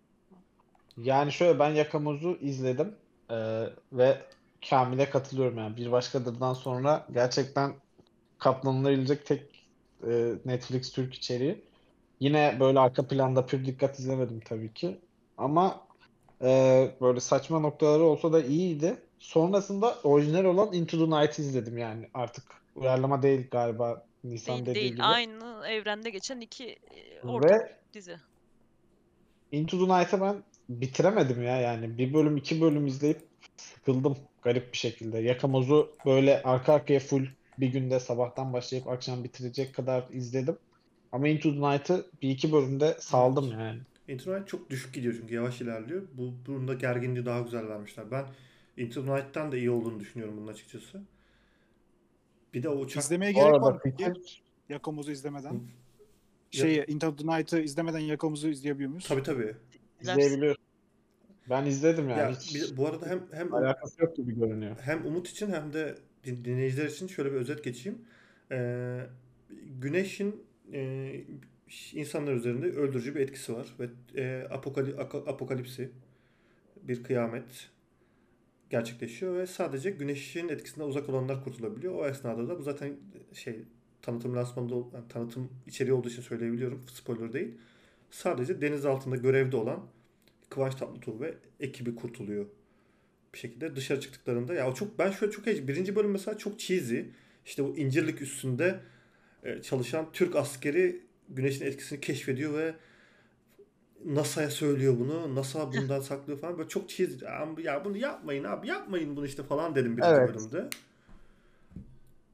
yani şöyle ben Yakamuz'u izledim Ee, ve Kamil'e katılıyorum yani. Bir Başkadır'dan sonra gerçekten katlanılabilecek tek e, Netflix Türk içeriği. Yine böyle arka planda pür dikkat izlemedim tabii ki. Ama e, böyle saçma noktaları olsa da iyiydi. Sonrasında orijinal olan Into the Night'ı izledim yani. Artık uyarlama değil galiba Nisan Değil dediği değil. gibi. Aynı evrende geçen iki e, ortak Ve dizi. Into the Night'ı ben bitiremedim ya yani. Bir bölüm iki bölüm izleyip sıkıldım garip bir şekilde. Yakamoz'u böyle arka arkaya full bir günde sabahtan başlayıp akşam bitirecek kadar izledim. Ama Into the Night'ı bir iki bölümde saldım Evet. yani. Into the Night çok düşük gidiyor çünkü yavaş ilerliyor. Bu bunun da gerginliği daha güzel vermişler. Ben Into the Night'tan da iyi olduğunu düşünüyorum bunun açıkçası. Bir de o uçak İzlemeye Bu gerek var arada mı peki? fikir Yakamoz'u izlemeden. Ya- Şeyi, Into the Night'ı izlemeden Yakamoz'u izleyebiliyor muyuz? tabii tabii. İzlersin. izleyebiliyorum. Ben izledim yani. Ya Hiç bir, bu arada hem hem alakası yok gibi görünüyor. hem Umut için hem de din- dinleyiciler için şöyle bir özet geçeyim. Ee, güneşin e, insanlar üzerinde öldürücü bir etkisi var ve e, apokali, aka- apokalipsi bir kıyamet gerçekleşiyor ve sadece güneşin etkisinden uzak olanlar kurtulabiliyor. O esnada da bu zaten şey tanıtım lansmanında ol- yani tanıtım içeriği olduğu için söyleyebiliyorum. Spoiler değil. Sadece deniz altında görevde olan Kıvanç Tatlıtuğ ve ekibi kurtuluyor bir şekilde. Dışarı çıktıklarında ya o çok ben şöyle çok heyecan. Birinci bölüm mesela çok cheesy. İşte bu incirlik üstünde e, çalışan Türk askeri güneşin etkisini keşfediyor ve NASA'ya söylüyor bunu. NASA bundan saklıyor falan. Böyle çok cheesy. Ya bunu yapmayın abi yapmayın bunu işte falan dedim birinci Evet. bölümde.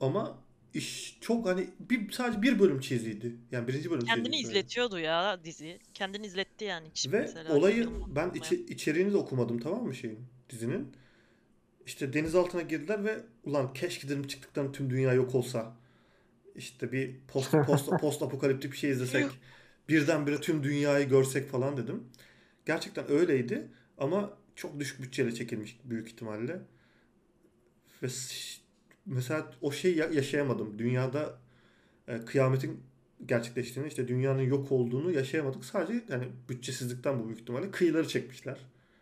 ama iş çok hani bir sadece bir bölüm çiziydi. Yani birinci bölüm Kendini çiziydi sadece. izletiyordu ya dizi. Kendini izletti yani hiç Ve mesela olayı yanılmam ben olmayan. içi- içeriğini de okumadım, tamam mı, şeyin, dizinin. İşte denizaltına girdiler ve ulan keşke dedim çıktıktan tüm dünya yok olsa. İşte bir post post post apokaliptik bir şey Yuh. izlesek. Birdenbire tüm dünyayı görsek falan dedim. Gerçekten öyleydi ama çok düşük bütçeyle çekilmiş büyük ihtimalle. Ve s- mesela o şeyi ya- yaşayamadım. Dünyada e, kıyametin gerçekleştiğini, işte dünyanın yok olduğunu yaşayamadık. Sadece yani bütçesizlikten bu büyük ihtimalle kıyıları çekmişler.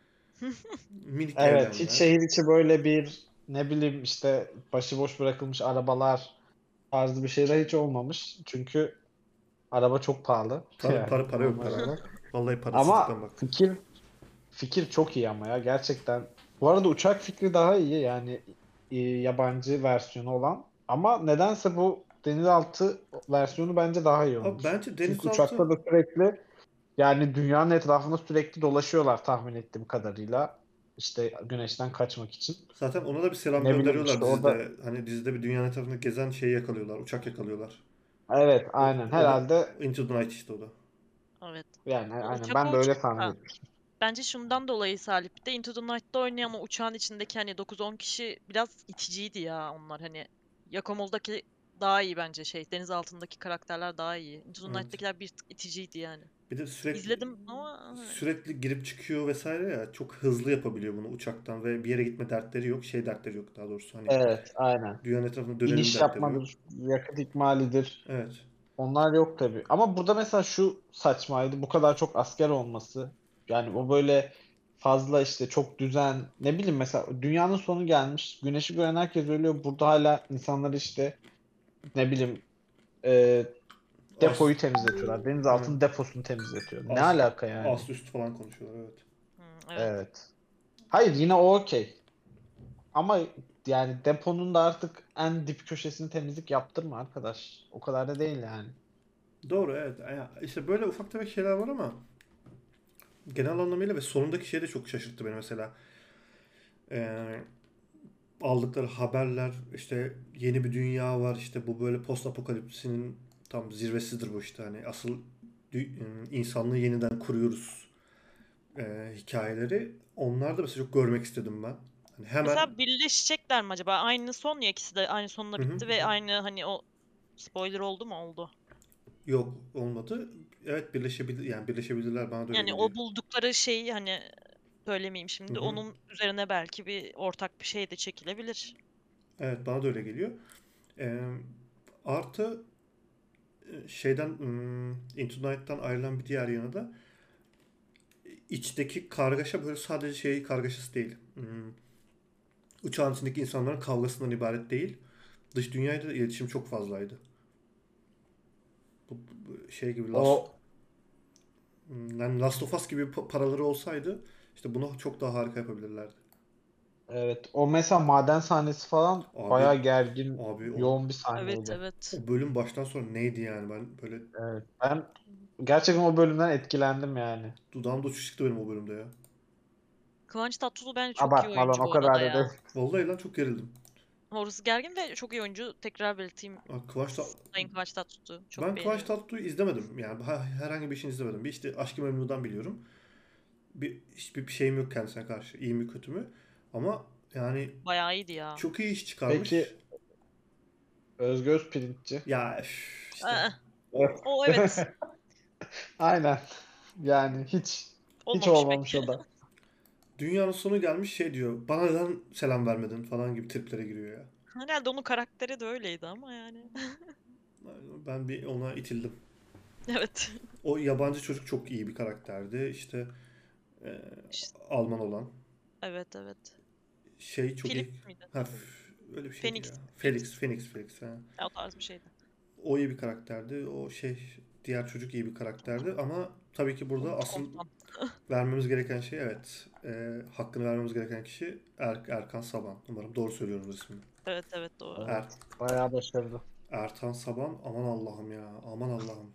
Minik Evet, hiç evrenler. şehir içi böyle bir ne bileyim işte başıboş bırakılmış arabalar tarzı bir şeyler hiç olmamış. Çünkü araba çok pahalı Para yani para para yok, normal para. olarak. Vallahi parasızlıktan Ama bak. fikir fikir çok iyi ama ya gerçekten. Bu arada uçak fikri daha iyi yani e, yabancı versiyonu olan. Ama nedense bu denizaltı versiyonu bence daha iyi Abi olmuş. bence Çünkü denizaltı, uçakta da sürekli yani dünyanın etrafında sürekli dolaşıyorlar tahmin ettiğim kadarıyla. İşte güneşten kaçmak için. zaten ona da bir selam Ne bileyim gönderiyorlar işte o da dizide. Hani dizide bir dünyanın etrafında gezen şeyi yakalıyorlar. Uçak yakalıyorlar. evet O, aynen o da herhalde Into the Night işte o da. Evet. yani O aynen uçak ben o de öyle uçak tahmin da etmiştim. bence şundan dolayı Salih. Bir de Into the Night'ta oynuyor ama uçağın içindeki hani dokuz on kişi biraz iticiydi ya onlar hani. Yakomol'daki daha iyi bence şey. Deniz altındaki karakterler daha iyi. Into the Evet. Night'takiler bir tık iticiydi yani. Bir de sürekli İzledim ama hani. sürekli girip çıkıyor vesaire ya, çok hızlı yapabiliyor bunu uçaktan ve bir yere gitme dertleri yok. Şey dertleri yok daha doğrusu, hani Evet aynen. dünyanın etrafında dönelim İniş dertleri yok. yapmadır, yakıt ikmalidir. Evet. Onlar yok tabii. Ama burada mesela şu saçmaydı. Bu kadar çok asker olması. Yani o böyle fazla işte çok düzen ne bileyim mesela dünyanın sonu gelmiş. Güneşi gören herkes ölüyor. Burada hala insanlar işte ne bileyim e, As, depoyu temizletiyorlar. evet. Denizaltının deposunu temizletiyor. Ne As, alaka yani? as üstü falan konuşuyorlar, evet. Hmm, evet. Evet. Hayır yine o okey. Ama yani deponun da artık en dip köşesini temizlik yaptırma arkadaş. O kadar da değil yani. Doğru, evet. Ya işte böyle ufak tefek şeyler var ama genel anlamıyla ve sonundaki şey de çok şaşırttı beni mesela. Ee, aldıkları haberler, işte yeni bir dünya var, işte bu böyle post apokalipsinin tam zirvesidir bu, işte hani asıl dü- insanlığı yeniden kuruyoruz e, hikayeleri. Onlar da mesela çok görmek istedim ben. Hani hemen. Mesela birleşecekler mi acaba? Aynı son ya, ikisi de aynı sonla Hı hı. bitti ve aynı hani o spoiler oldu mu? Oldu. Yok, olmadı. Evet, birleşebilir, yani birleşebilirler, bana da öyle Yani geliyor. o buldukları şeyi hani söylemeyeyim Hı şimdi. hı. Onun üzerine belki bir ortak bir şey de çekilebilir. Evet, bana da öyle geliyor. Ee, artı e, şeyden hmm, Into the Night'tan ayrılan bir diğer yanı da içteki kargaşa böyle sadece şey kargaşası değil. Hmm, uçağın içindeki insanların kavgasından ibaret değil. Dış dünyayla da iletişim çok fazlaydı. Bu, bu şey gibi Last, O hmm, yani Last of Us gibi pa- paraları olsaydı işte bunu çok daha harika yapabilirlerdi. evet o mesela maden sahnesi falan Abi bayağı gergin, abi o yoğun bir Evet, sahneydi. evet. o bölüm baştan sona neydi yani, ben böyle Evet. Ben gerçekten o bölümden etkilendim yani. dudağımda uçuş çıktı benim o bölümde ya. Kıvanç Tatlıtuğ bence çok iyi Abartma lan oyuncu o bu arada kadar da ya. değil. Vallahi lan çok gerildim. Orası gergin ve çok iyi oyuncu. Tekrar belirteyim. Aa, Kıvanç Ta- Sayın Kıvanç Tatlıtuğ. Çok ben Kıvanç beğeniyorum. Tatlıtuğ'u izlemedim. Yani ha- herhangi bir işini izlemedim. Bir işte Aşk-ı Memnu'dan biliyorum. Bir hiçbir bir şeyim yok kendisine karşı. İyi mi kötü mü? Ama yani Bayağı iyiydi ya. çok iyi iş çıkarmış. Peki Özgür Özpirinççi. Ya üf, işte Aa, o o evet. Aynen. Yani hiç hiç Olmamış pek. olmamış o da. dünyanın sonu gelmiş, şey diyor. Bana neden selam vermedin falan gibi triplere giriyor ya. Herhalde onun karakteri de öyleydi ama yani. Ben bir ona itildim. Evet. O yabancı çocuk çok iyi bir karakterdi. İşte e, İşte, Alman olan. evet, evet. Şey çok Philip iyi. miydi? Ha, f- öyle bir şeydi ya. Phoenix. Phoenix. Felix, Phoenix, Felix. Ha. Ya, o tarz bir şeydi. O iyi bir karakterdi. O şey, diğer çocuk iyi bir karakterdi ama tabii ki burada Umut asıl Komutan. vermemiz gereken şey, evet, e, hakkını vermemiz gereken kişi Er- Erkan Saban. Umarım doğru söylüyorum ismini. Evet, evet, doğru. Er Evet. Bayağı başarılı. Ertan Saban, aman Allah'ım ya. Aman Allah'ım.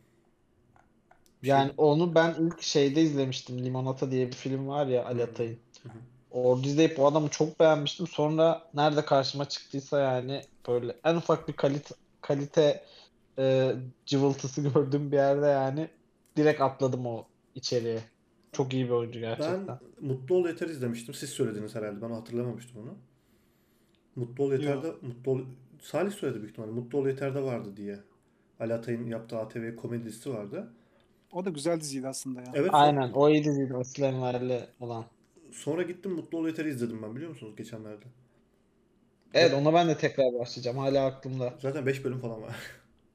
Bir şey. Yani onu ben ilk şeyde izlemiştim. Limonata diye bir film var ya Hı Ali hı. Atay'ın. Hı hı. Orada izleyip o adamı çok beğenmiştim. Sonra nerede karşıma çıktıysa yani böyle en ufak bir kalite kalite e, cıvıltısı gördüğüm bir yerde yani direkt atladım o içeriye. Çok iyi bir oyuncu Ben gerçekten. Mutlu Ol Yeter izlemiştim. Siz söylediniz herhalde. Ben hatırlamamıştım onu. Mutlu Ol Yo. Yeter'de Mutlu Ol... Salih söyledi büyük ihtimalle. Mutlu Ol Yeter'de vardı diye. Ali Atay'ın yaptığı A T V komedi dizisi vardı. O da güzel diziydi aslında ya. Evet, son... Aynen o iyi diziydi. Asil Enver'le olan. sonra gittim Mutlu Ol Yeter'i izledim ben, biliyor musunuz, geçenlerde. Evet Ya, ona ben de tekrar başlayacağım. Hala aklımda. zaten beş bölüm falan var.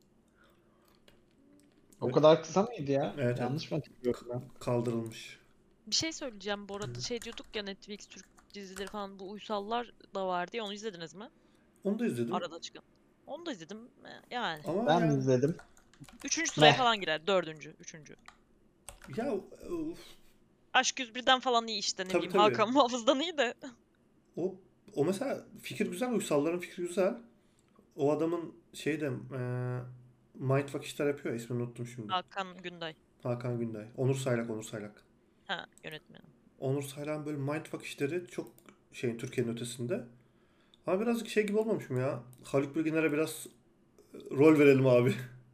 O Ve- kadar kısa mıydı ya? Evet, evet. Yanlış mı hatırlıyorum ben? Kaldırılmış. Bir şey söyleyeceğim bu arada. Şey diyorduk ya, Netflix Türk dizileri falan, bu Uysallar da vardı ya, onu izlediniz mi? Onu da izledim. Arada çıkan. Onu da izledim. E, Yani. Ama Ben yani izledim. Üçüncü sıraya Meh. falan girer. Dördüncü. Üçüncü. ya uf, Aşk yüz birden falan iyi işte, ne tabii bileyim. tabii. Hakan Muhafız'dan iyi de. O o mesela fikir güzel. Uysalların fikri güzel. O adamın şeyde e, mindfuck işler yapıyor ya, ismini unuttum şimdi. Hakan Günday. Hakan Günday. Onur Saylak, Onur Saylak. Ha, yönetmeni. Onur Saylak'ın böyle mindfuck işleri çok şeyin Türkiye'nin ötesinde. Ama birazcık şey gibi olmamış mı ya? Haluk Bilginer'e biraz rol verelim abi.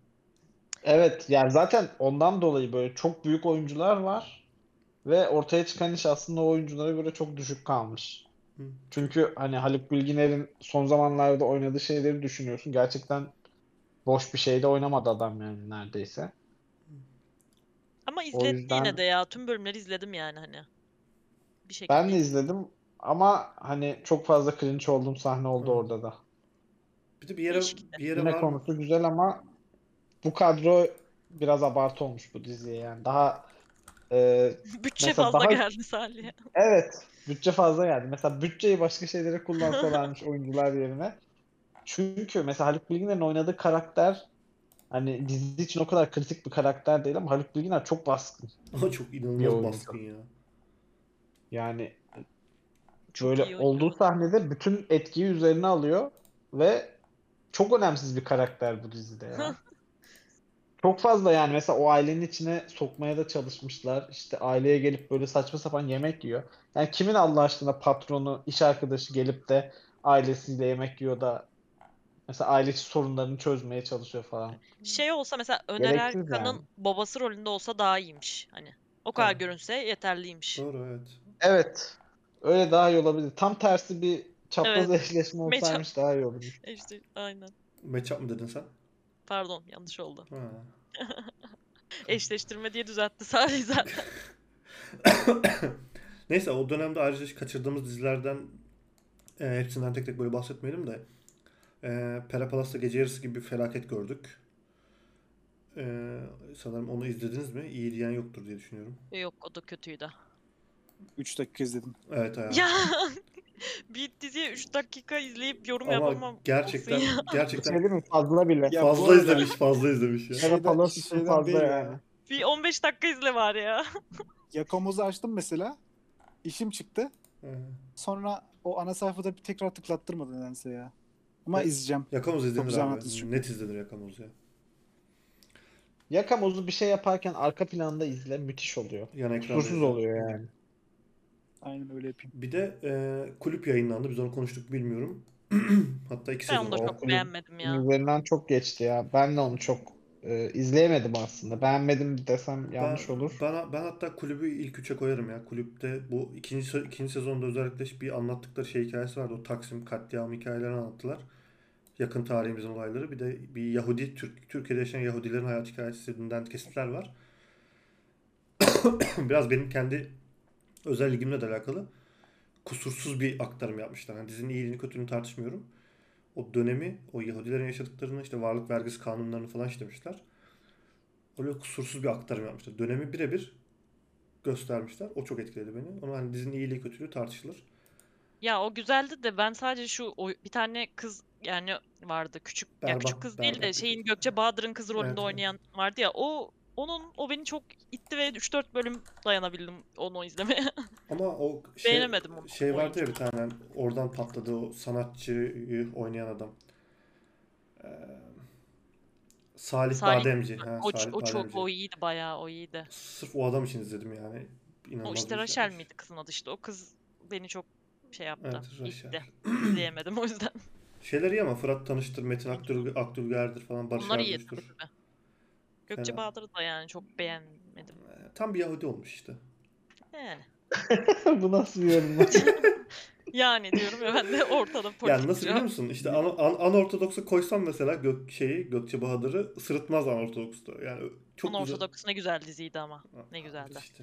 Evet yani zaten ondan dolayı böyle çok büyük oyuncular var ve ortaya çıkan iş aslında o oyunculara göre çok düşük kalmış. Hı. Çünkü hani Haluk Bilginer'in son zamanlarda oynadığı şeyleri düşünüyorsun. Gerçekten boş bir şeyde oynamadı adam yani neredeyse. Ama O izletti yine yüzden de ya. Tüm bölümleri izledim yani hani. Bir ben şekilde de izledim. izledim ama hani çok fazla cringe olduğum sahne oldu Hı. orada da. Bir de bir yere Değişik. bir yere Yine var mı? konusu güzel ama bu kadro biraz abartı olmuş bu diziye yani. Daha e, Bütçe mesela fazla daha geldi Salih'e. evet bütçe fazla geldi. Mesela bütçeyi başka şeylere kullansalarmış oyuncular yerine. Çünkü mesela Haluk Bilginer'in oynadığı karakter hani dizi için o kadar kritik bir karakter değil ama Haluk Bilginer çok baskın Ama çok bir inanılmaz oyuncu. baskın ya. Yani Çok böyle iyi olduğu oynuyor. sahnede bütün etkiyi üzerine alıyor ve çok önemsiz bir karakter bu dizide ya. Çok fazla yani mesela o ailenin içine sokmaya da çalışmışlar. İşte aileye gelip böyle saçma sapan yemek yiyor. Yani kimin Allah aşkına patronu, iş arkadaşı gelip de ailesiyle yemek yiyor da mesela aile içi sorunlarını çözmeye çalışıyor falan. Şey olsa mesela, Öner Gereksiz Erkan'ın yani. babası rolünde olsa daha iyiymiş. Hani o kadar Ha, görünse yeterliymiş. doğru, evet. Evet. Öyle daha iyi olabilir. Tam tersi bir çapraz Evet. eşleşme Matchup. olsaymış daha iyi olurmuş. İşte aynen. Matchup mı dedin sen? Pardon, yanlış oldu. Ha. Eşleştirme diye düzeltti Salih zaten. Neyse, o dönemde ayrıca kaçırdığımız dizilerden e, hepsinden tek tek böyle bahsetmeyelim de e, Pera Palas'ta Gece Yarısı gibi bir felaket gördük. E, sanırım onu izlediniz mi? İyi diyen yoktur diye düşünüyorum. Yok, o da kötüydü. üç dakika izledim. Evet ya. Ya bir diziye üç dakika izleyip yorum Ama yapamam olsun gerçekten ya. Bir gerçekten şey değil mi? Fazla bile. Ya bu fazla arada izlemiş, fazla izlemiş ya. Pera şeyden, Palos için şeyden fazla değil yani. ya. Bir on beş dakika izle var ya. Yakamozu açtım mesela. İşim çıktı. Ha. Sonra o ana sayfada bir tekrar tıklattırmadı nedense ya. Ama Ya- izleyeceğim. Yakamoz Çok izlenir güzel abi. anlatısı çünkü. Net izlenir Yakamoz ya. Yakamozu bir şey yaparken arka planda izle müthiş oluyor. Yan ekranda Kusursuz izle. oluyor yani. Aynen öyle yapayım. Bir de e, kulüp yayınlandı. Biz onu konuştuk bilmiyorum. Hatta iki Ben sezon onu da var. O çok kulübün beğenmedim ya. üzerinden çok geçti ya. Ben de onu çok e, izleyemedim aslında. Beğenmedim desem Ben yanlış olur. ben ben hatta kulübü ilk üçe koyarım ya. Kulüpte bu ikinci se- ikinci sezonda özellikle bir anlattıkları şey hikayesi vardı. O Taksim katliamı hikayelerini anlattılar. Yakın tarihimizin olayları. Bir de bir Yahudi Türk Türkiye'de yaşayan Yahudilerin hayat hikayesinden kesitler var. Biraz benim kendi özel ilgimle de alakalı. Kusursuz bir aktarım yapmışlar. Yani dizinin iyiliğini kötülüğünü tartışmıyorum. O dönemi, o Yahudilerin yaşadıklarını, işte varlık vergisi kanunlarını falan işlemişler. Öyle kusursuz bir aktarım yapmışlar. Dönemi birebir göstermişler. O çok etkiledi beni. Ama hani dizinin iyiliği kötülüğü tartışılır. Ya o güzeldi de ben sadece şu oy- bir tane kız yani vardı, küçük ya Berbat, küçük kız değil de berbat bir şeyin, kız. Gökçe Bahadır'ın kızı rolünde Evet, evet. oynayan vardı ya, o onun o beni çok itti ve üç dört bölüm dayanabildim onu izlemeye. Ama o şey Beğenemedim onu, şey vardı ya oyuncu. bir tane, oradan patladı o sanatçıyı oynayan adam. Ee, Salih Salih, Bademci. Ha, o, ç- Salih o çok Bademci. o iyiydi, bayağı o iyiydi. Sırf o adam için izledim yani. O İnanılmaz işte bir iş Rachel yapmış. miydi kızın adı, işte o kız beni çok şey yaptı. Evet, İtti. Raşar. İzleyemedim o yüzden. Şeyler iyi ama Fırat Tanıştır, Metin Aktur, Akdülger'dir falan, Barış Onlar iyi tabii Arduç'tur. tabii. Gökçe Fena. Bahadır'ı da yani çok beğenmedim. Ee, Tam bir Yahudi olmuş işte. Yani. Bu nasıl bir yorum lan? Yani diyorum ya ben de ortada Yani politik bir nasıl biliyor cevap. musun? İşte an, an, anortodoksa koysam mesela Gök şeyi Gökçe Bahadır'ı sırıtmaz anortodoksta. Yani çok güzel. Unortodoks ne güzel diziydi ama. Ne Aa, güzeldi. işte.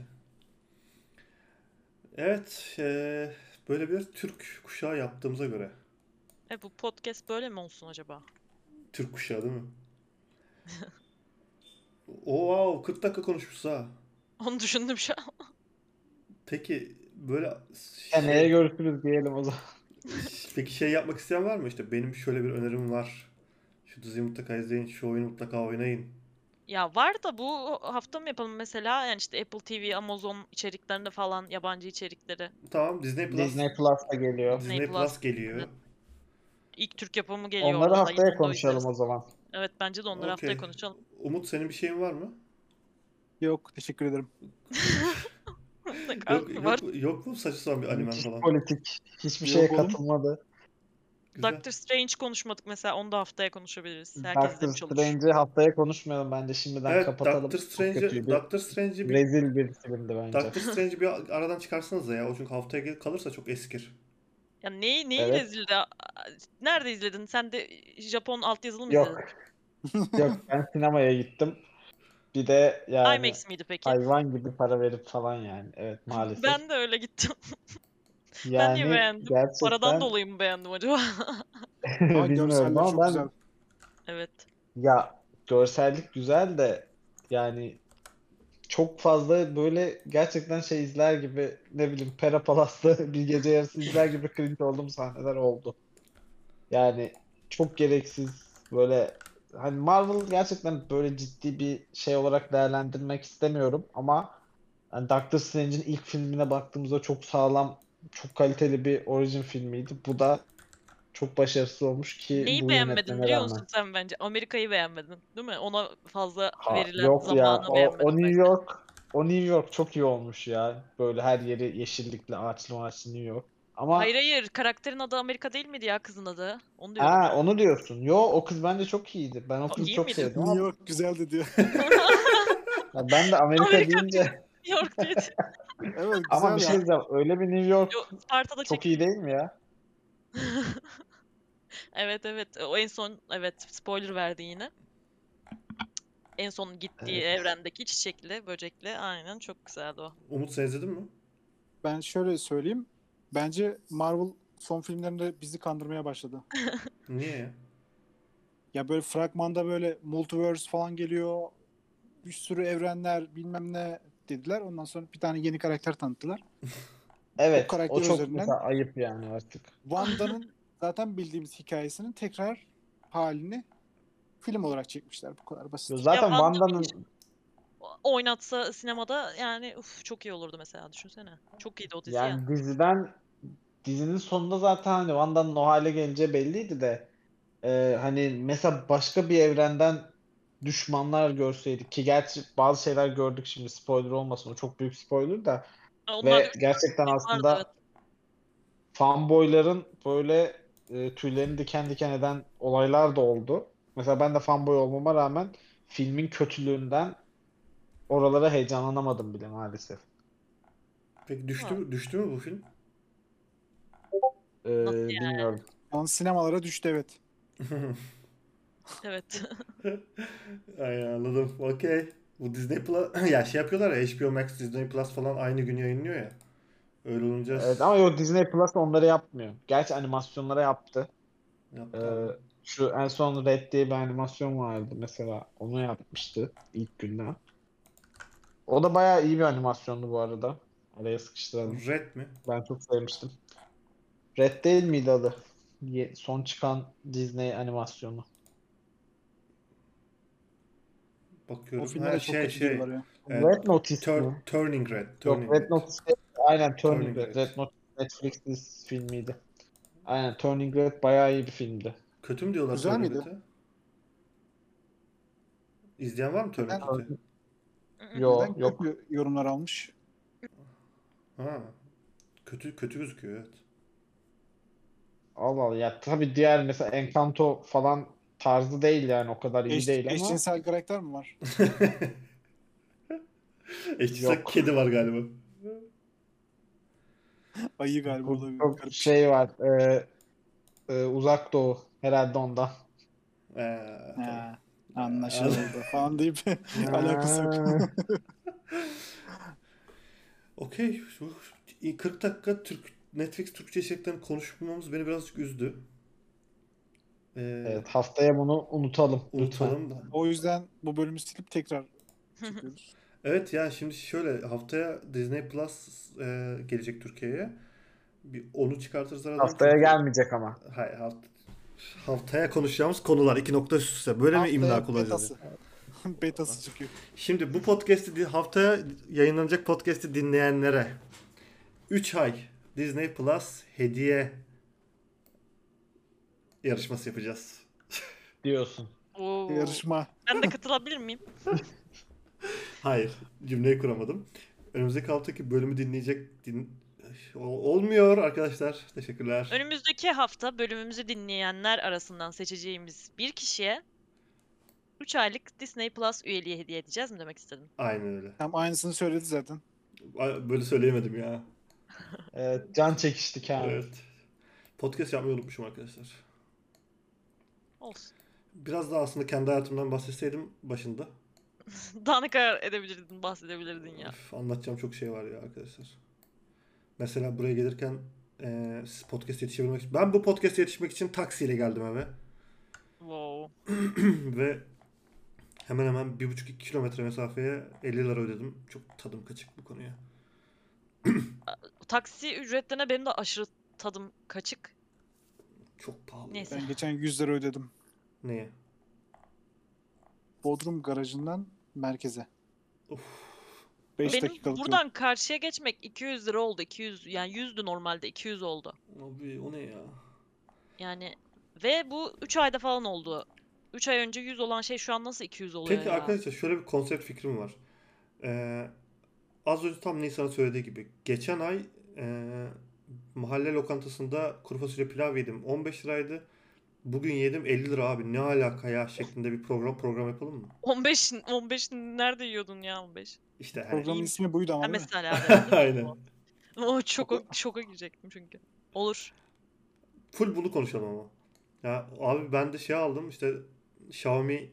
Evet, eee, böyle bir Türk kuşağı yaptığımıza göre. E bu podcast böyle mi olsun acaba? Türk kuşağı değil mi? Oo, wow, kırk dakika konuşmuşuz ha. Onu düşündüm şu an. Peki böyle Seneye şey görüşürüz diyelim o zaman. peki şey yapmak isteyen var mı? İşte benim şöyle bir önerim var. Şu diziyi mutlaka izleyin, şu oyunu mutlaka oynayın. Ya var da bu hafta mı yapalım mesela? Yani işte Apple T V, Amazon içeriklerinde falan yabancı içerikleri. Tamam, Disney Plus Disney Plus da geliyor. Disney Disney Plus. Plus geliyor. Evet. İlk Türk yapımı geliyor Onları orada da. Yine haftaya onu da konuşalım izleriz. o zaman. Evet bence de onları haftaya Okey. konuşalım. Umut, senin bir şeyin var mı? Yok, teşekkür ederim. Ne kadar Yok var. yok yok mu saçma sapan bir animen Müthiş falan? politik. Hiçbir Yok şeye oğlum. katılmadı. Güzel. Doctor Strange konuşmadık mesela. Onu da haftaya konuşabiliriz. Herkes Doctor izlemiş olur. Strange'i haftaya konuşmayalım bence. Şimdiden Evet, kapatalım. Doctor Çok Strange'i kötüydü. Doctor Strange'i bir Rezil bir filmdi bence. Doctor Strange'i bir aradan çıkarsanız ya. O çünkü haftaya gel- kalırsa çok eskir. Ya neyi, neyi Evet. rezildi? Aa, nerede izledin? Sen de Japon altyazılı mı Yok. izledin? Yok, ben sinemaya gittim. Bir de yani IMAX miydi peki? hayvan gibi para verip falan yani. Evet, maalesef. Ben de öyle gittim. Ben niye Yani beğendim? Paradan gerçekten dolayı mı beğendim acaba? Ama bilmiyorum görseller ama çok ben güzel. Evet. ya görsellik güzel de yani çok fazla böyle gerçekten şey izler gibi, ne bileyim, Pera Palas'ta bir gece yarısı izler gibi cringe olduğum sahneler oldu. Yani çok gereksiz böyle, hani Marvel gerçekten böyle ciddi bir şey olarak değerlendirmek istemiyorum ama yani Doctor Strange'in ilk filmine baktığımızda çok sağlam, çok kaliteli bir orijin filmiydi. Bu da çok başarısız olmuş ki Neyi bu beğenmedin yönetmene biliyor rağmen. musun sen bence? Amerika'yı beğenmedin, değil mi? Ona fazla Ha, verilen yok ya, zamanı o, o beğenmedin New bence. York o New York çok iyi olmuş ya. Böyle her yeri yeşillikli, ağaçlı ağaçlı New York. Hayır Ama hayır, karakterin adı Amerika değil miydi ya, kızın adı? Onu diyorum. ha, onu diyorsun. Yo, o kız bence çok iyiydi. Ben o O, kızı iyi çok miydi? sevdim New ama York güzeldi diyor. ya ben de Amerika Amerika diyor. deyince New York diyor. Evet, ama güzel bir şey ya. diyeceğim. Öyle bir New York Yo, Sparta'da çok iyi çekilmiş. değil mi ya? Evet evet. O en son, evet, spoiler verdi yine. En son gittiği Evet. evrendeki çiçekli, böcekli. Aynen, çok güzeldi o. Umut, sen izledin mi? Ben şöyle söyleyeyim. Bence Marvel son filmlerinde bizi kandırmaya başladı. Niye ya? Ya böyle fragmanda böyle multiverse falan geliyor. Bir sürü evrenler bilmem ne dediler. Ondan sonra bir tane yeni karakter tanıttılar. O Evet, o karakter çok üzerinden mesela ayıp yani artık. Wanda'nın zaten bildiğimiz hikayesinin tekrar halini film olarak çekmişler. Bu kadar Yo, basit. Ya zaten Wanda bir Wanda'nın oynatsa sinemada yani uf, çok iyi olurdu mesela, düşünsene. Çok iyiydi o dizi ya. yani diziden dizinin sonunda zaten hani Wanda'nın o hale geleceği belliydi de e, hani mesela başka bir evrenden düşmanlar görseydik, ki gerçi bazı şeyler gördük, şimdi spoiler olmasın, o çok büyük spoiler da, Ha, onlar ve üç dört gerçekten şey vardı, evet. aslında fanboyların böyle e, tüylerini diken diken eden olaylar da oldu. Mesela ben de fanboy olmama rağmen filmin kötülüğünden oralara heyecanlanamadım bile maalesef. Peki düştü Ha, mü, düştü mü bu film? E, nasıl yani? bilmiyorum. Şu an sinemalara düştü, evet. Evet. Ay, anladım. Okey. Bu Disney Plus ya şey yapıyorlar ya, H B O Max, Disney Plus falan aynı gün yayınlıyor ya. Öyle olunca Evet, ama yok, Disney Plus onları yapmıyor. Gerçi animasyonlara yaptı. yaptı Ee, abi. şu en son Red diye bir animasyon vardı mesela. Onu yapmıştı ilk günden. O da bayağı iyi bir animasyondu bu arada. Araya sıkıştıralım. Red mi? Ben çok sevmiştim. Red değil miydi adı? Ye- Son çıkan Disney animasyonu. O Bakıyorum. filme Ha de çok şey kötü şey. diyorlar ya. E, Red Notice Tur- mi? Turning Red. Yok, Turning Red Red. Notice değil. Aynen, Turning Turning Red. Red. Red Notice Netflix'in filmiydi. Aynen, Turning Red bayağı iyi bir filmdi. Kötü mü diyorlar Güzel Turning miydi? Red'e? İzleyen var mı Turning Neden, Red'i? Yo, neden yok. kötü yorumlar almış? Ha. Kötü kötü gözüküyor evet. Allah Allah. Ya tabii diğer mesela Encanto falan tarzı değil yani o kadar iyi Eş, değil ama eşcinsel karakter mi var? Eşcinsel yok. kedi var galiba. Ayı galiba Bu olabilir. çok Garip bir şey. şey var. e, e, Uzak Doğu herhalde ondan. Ee, tamam. Ha, Ee, anlaşıldı falan deyip alakası yok. Ha. Okey. Şu kırk dakika Türk Netflix Türkçe içeriklerini konuşmamız beni birazcık üzdü. Ee, Evet, haftaya bunu unutalım lütfen. unutalım. O yüzden bu bölümü silip tekrar çekiyoruz. Evet ya şimdi şöyle haftaya Disney Plus e, gelecek Türkiye'ye. Bir onu çıkartırız aradan Haftaya çünkü gelmeyecek ama. hayır, haft- haftaya konuşacağımız konular iki nokta üst üste. Böyle mi imla Haftaya kullanacağız? betası. Betası çıkıyor. Şimdi bu podcast'i di- haftaya yayınlanacak podcast'i dinleyenlere üç ay Disney Plus hediye yarışması yapacağız. Diyorsun. Oo. Yarışma. Ben de katılabilir miyim? Hayır, cümleyi kuramadım. Önümüzdeki haftaki bölümü dinleyecek din... Ol- olmuyor arkadaşlar. Teşekkürler. Önümüzdeki hafta bölümümüzü dinleyenler arasından seçeceğimiz bir kişiye üç aylık Disney Plus üyeliği hediye edeceğiz mi demek istedim. Aynen öyle. Tam aynısını söyledi zaten. Ay, böyle söyleyemedim ya. Evet, can çekişti Kamil. Evet. Podcast yapmayı unutmuşum arkadaşlar. Olsun. Biraz daha aslında kendi hayatımdan bahsetseydim başında. Daha ne kadar edebilirdin, bahsedebilirdin ya. Üf, anlatacağım çok şey var ya arkadaşlar. Mesela buraya gelirken e, siz podcast yetişebilmek için... Ben bu podcast yetişmek için taksiyle geldim eve. Wow. Ve hemen hemen bir buçuk iki kilometre mesafeye elli lira ödedim. Çok tadım kaçık bu konuya. Taksi ücretlerine benim de aşırı tadım kaçık. Çok pahalı. Neyse. Ben geçen yüz lira ödedim. Neye? Bodrum garajından merkeze. Of. beş Benim dakikalık yol. buradan karşıya geçmek iki yüz lira oldu. iki yüz yani yüzdü normalde iki yüz oldu. Abi o ne ya? Yani ve bu üç ayda falan oldu. üç ay önce yüz olan şey şu an nasıl iki yüz oluyor Peki ya? arkadaşlar şöyle bir konsept fikrim var. Ee, az önce tam Nisan'ın söylediği gibi. Geçen ay e, mahalle lokantasında kuru fasulye pilav yedim. on beş liraydı. Bugün yedim elli lira abi. Ne alaka ya şeklinde bir program program yapalım mı? on beş on beş nerede yiyordun ya on beş? İşte hani. Programın iyiymiş. ismi buydu ama Ha değil mi? mesela evet. Aynen. O şoka, şoka girecektim çünkü. Olur. Full bunu konuşalım ama. Ya abi ben de şey aldım işte Xiaomi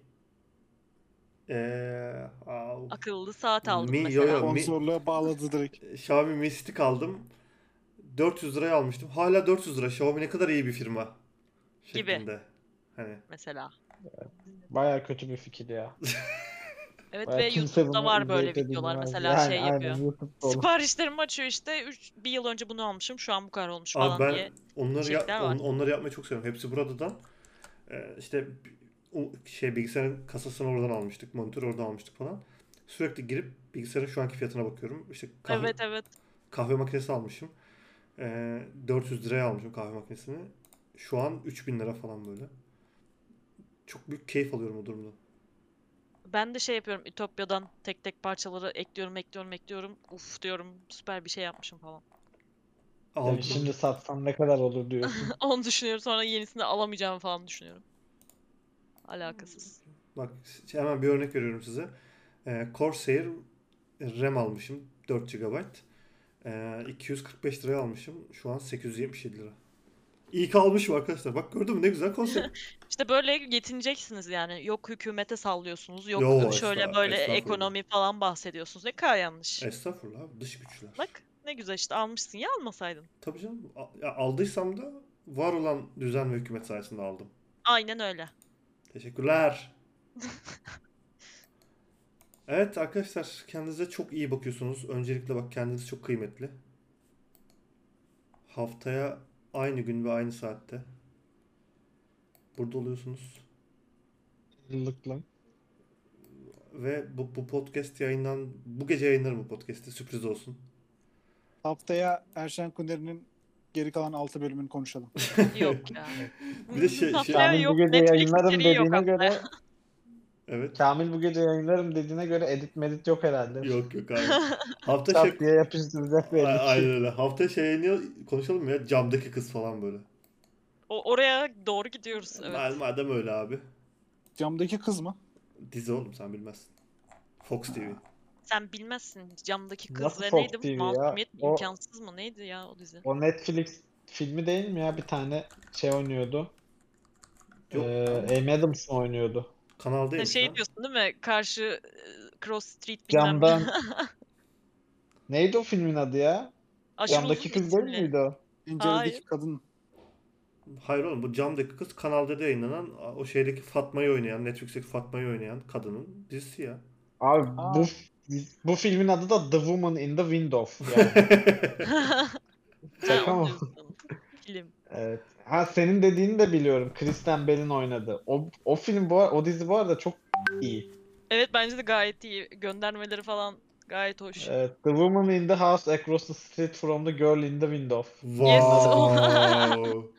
eee au, Akıllı saat aldım Mi, yo, mesela. yo, mi, Sponsorluğa bağladı direkt. Xiaomi Mi Stick aldım. dört yüz liraya almıştım. Hala dört yüz lira. Xiaomi ne kadar iyi bir firma. Gibi. Şeklinde. Hani. Mesela. Baya kötü bir fikir ya. Evet Baya ve kimse YouTube'da bunu var böyle izleyip de videolar dinlemez. mesela Yani şey aynen yapıyor. YouTube'da olur. Siparişlerimi açıyor işte üç, bir yıl önce bunu almışım şu an bu kadar olmuş Abi falan ben diye onları ya, içerikler var. on- onları yapmayı çok seviyorum. Hepsi buradan. Ee, işte o şey bilgisayarın kasasını oradan almıştık. Monitörü oradan almıştık falan. Sürekli girip bilgisayarın şu anki fiyatına bakıyorum. İşte kahve, Evet evet. kahve makinesi almışım. Ee, dört yüz liraya almışım kahve makinesini. Şu an üç bin lira falan böyle. Çok büyük keyif alıyorum o durumda. Ben de şey yapıyorum Ütopya'dan tek tek parçaları ekliyorum ekliyorum ekliyorum. Uf diyorum süper bir şey yapmışım falan. Yani Aldım. şimdi satsam ne kadar olur diyorsun. Onu düşünüyorum sonra yenisini alamayacağımı falan düşünüyorum. Alakasız. Bak hemen bir örnek veriyorum size. Ee, Corsair RAM almışım. dört gigabayt. Ee, iki yüz kırk beş liraya almışım. Şu an sekiz yüz yetmiş yedi lira. İyi ki almışım arkadaşlar. Bak gördün mü ne güzel konsept. İşte böyle yetineceksiniz yani. Yok hükümete sallıyorsunuz. Yok Yo, şöyle estağ- böyle estağfurullah. ekonomi falan bahsediyorsunuz. Ne kadar yanlış. Estağfurullah abi, dış güçler. Bak ne güzel işte almışsın ya almasaydın. Tabii canım. A- ya aldıysam da var olan düzen ve hükümet sayesinde aldım. Aynen öyle. Teşekkürler. Evet arkadaşlar kendinize çok iyi bakıyorsunuz. Öncelikle bak kendiniz çok kıymetli. Haftaya aynı gün ve aynı saatte burada oluyorsunuz. Yıllıkla. Ve bu, bu podcast yayından bu gece yayınlarım bu podcast'i sürpriz olsun. Haftaya Erşen Kuneri'nin geri kalan altı bölümünü konuşalım. Yok ya. Bir de şey- şey- Haftaya Kamil bu yok. gece Netflix yayınlarım içeriği yok dediğine haftaya. göre Evet. Kamil bu gece yayınlarım dediğine göre edit medit yok herhalde. Yok yok abi. Hafta şey... Çat diye yapıştıracak A- belli Aynen ki. öyle. Hafta şey yayını konuşalım mı ya? Camdaki kız falan böyle. O oraya doğru gidiyoruz. Evet. Ma- Madem öyle abi. Camdaki kız mı? Dizi oğlum sen bilmezsin. Fox T V. Sen bilmezsin. Camdaki kız Nasıl ve Fox neydi? T V ya? Masumiyet mi? O, imkansız mı? Neydi ya o dizi? o Netflix filmi değil mi ya? Bir tane şey oynuyordu. Yok. Ee, Amy Adams mı oynuyordu? Kanal Sen değilmiş şey lan. diyorsun değil mi? Karşı e, Cross Street bilmem ne. Camdan neydi o filmin adı ya? Aşırı Camdaki uzun kız değil isimli. miydi o? Penceredeki Hayır. kadın. Hayır oğlum bu camdaki kız kanalda da yayınlanan o şeydeki Fatma'yı oynayan, Netflix'teki Fatma'yı oynayan kadının dizisi ya. Abi Aa. bu bu filmin adı da The Woman in the Window yani. Ha, Şaka onu mı? diyorsun. Film. Evet. Ha senin dediğini de biliyorum. Kristen Bell'in oynadığı. O o film bu ar- o dizi bu arada çok iyi. Evet bence de gayet iyi. Göndermeleri falan gayet hoş. Evet. The Woman in the House Across the Street from the Girl in the Window. Yes. Wow.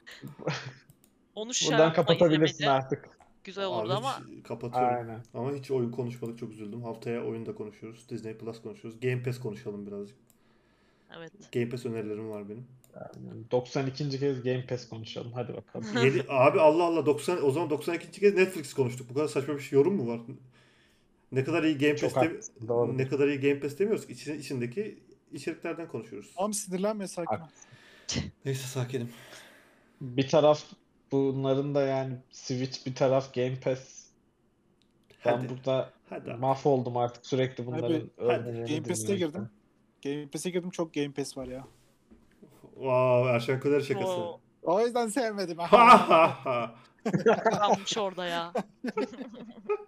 Onu şey Buradan yapma kapatabilirsin izlemeli. artık. Güzel olurdu Abi ama hiç kapatıyorum. Aynen. Ama hiç oyun konuşmadık, çok üzüldüm. Haftaya oyun da konuşuyoruz. Disney Plus konuşuyoruz. Game Pass konuşalım birazcık. evet. Game Pass önerilerim var benim. Yani doksan ikinci kez Game Pass konuşalım. Hadi bakalım. Yedi, abi Allah Allah doksan o zaman doksan ikinci kez Netflix konuştuk. Bu kadar saçma bir şey yorum mu var? Ne kadar iyi Game Çok Pass de- haklısın. Doğru. ne kadar iyi Game Pass demiyoruz ki İçin- içindeki içeriklerden konuşuyoruz. Tamam sinirlenme sakin ol. Haklısın. Neyse sakinim. Bir taraf bunların da yani Switch, bir taraf Game Pass. Ben Hadi. burada Hadi. abi. mahvoldum artık sürekli bunların Abi, örneklerini Game Pass'e dinlemekten. girdim. Game Pass'e girdim, çok Game Pass var ya. Wow, Erşen Köler şakası. Oo, O yüzden sevmedim. Ha ha ha. kalmış orada ya.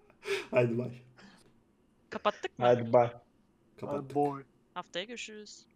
Haydi bay. Kapattık mı? Hadi bye. Kapattık. Boy. Haftaya görüşürüz.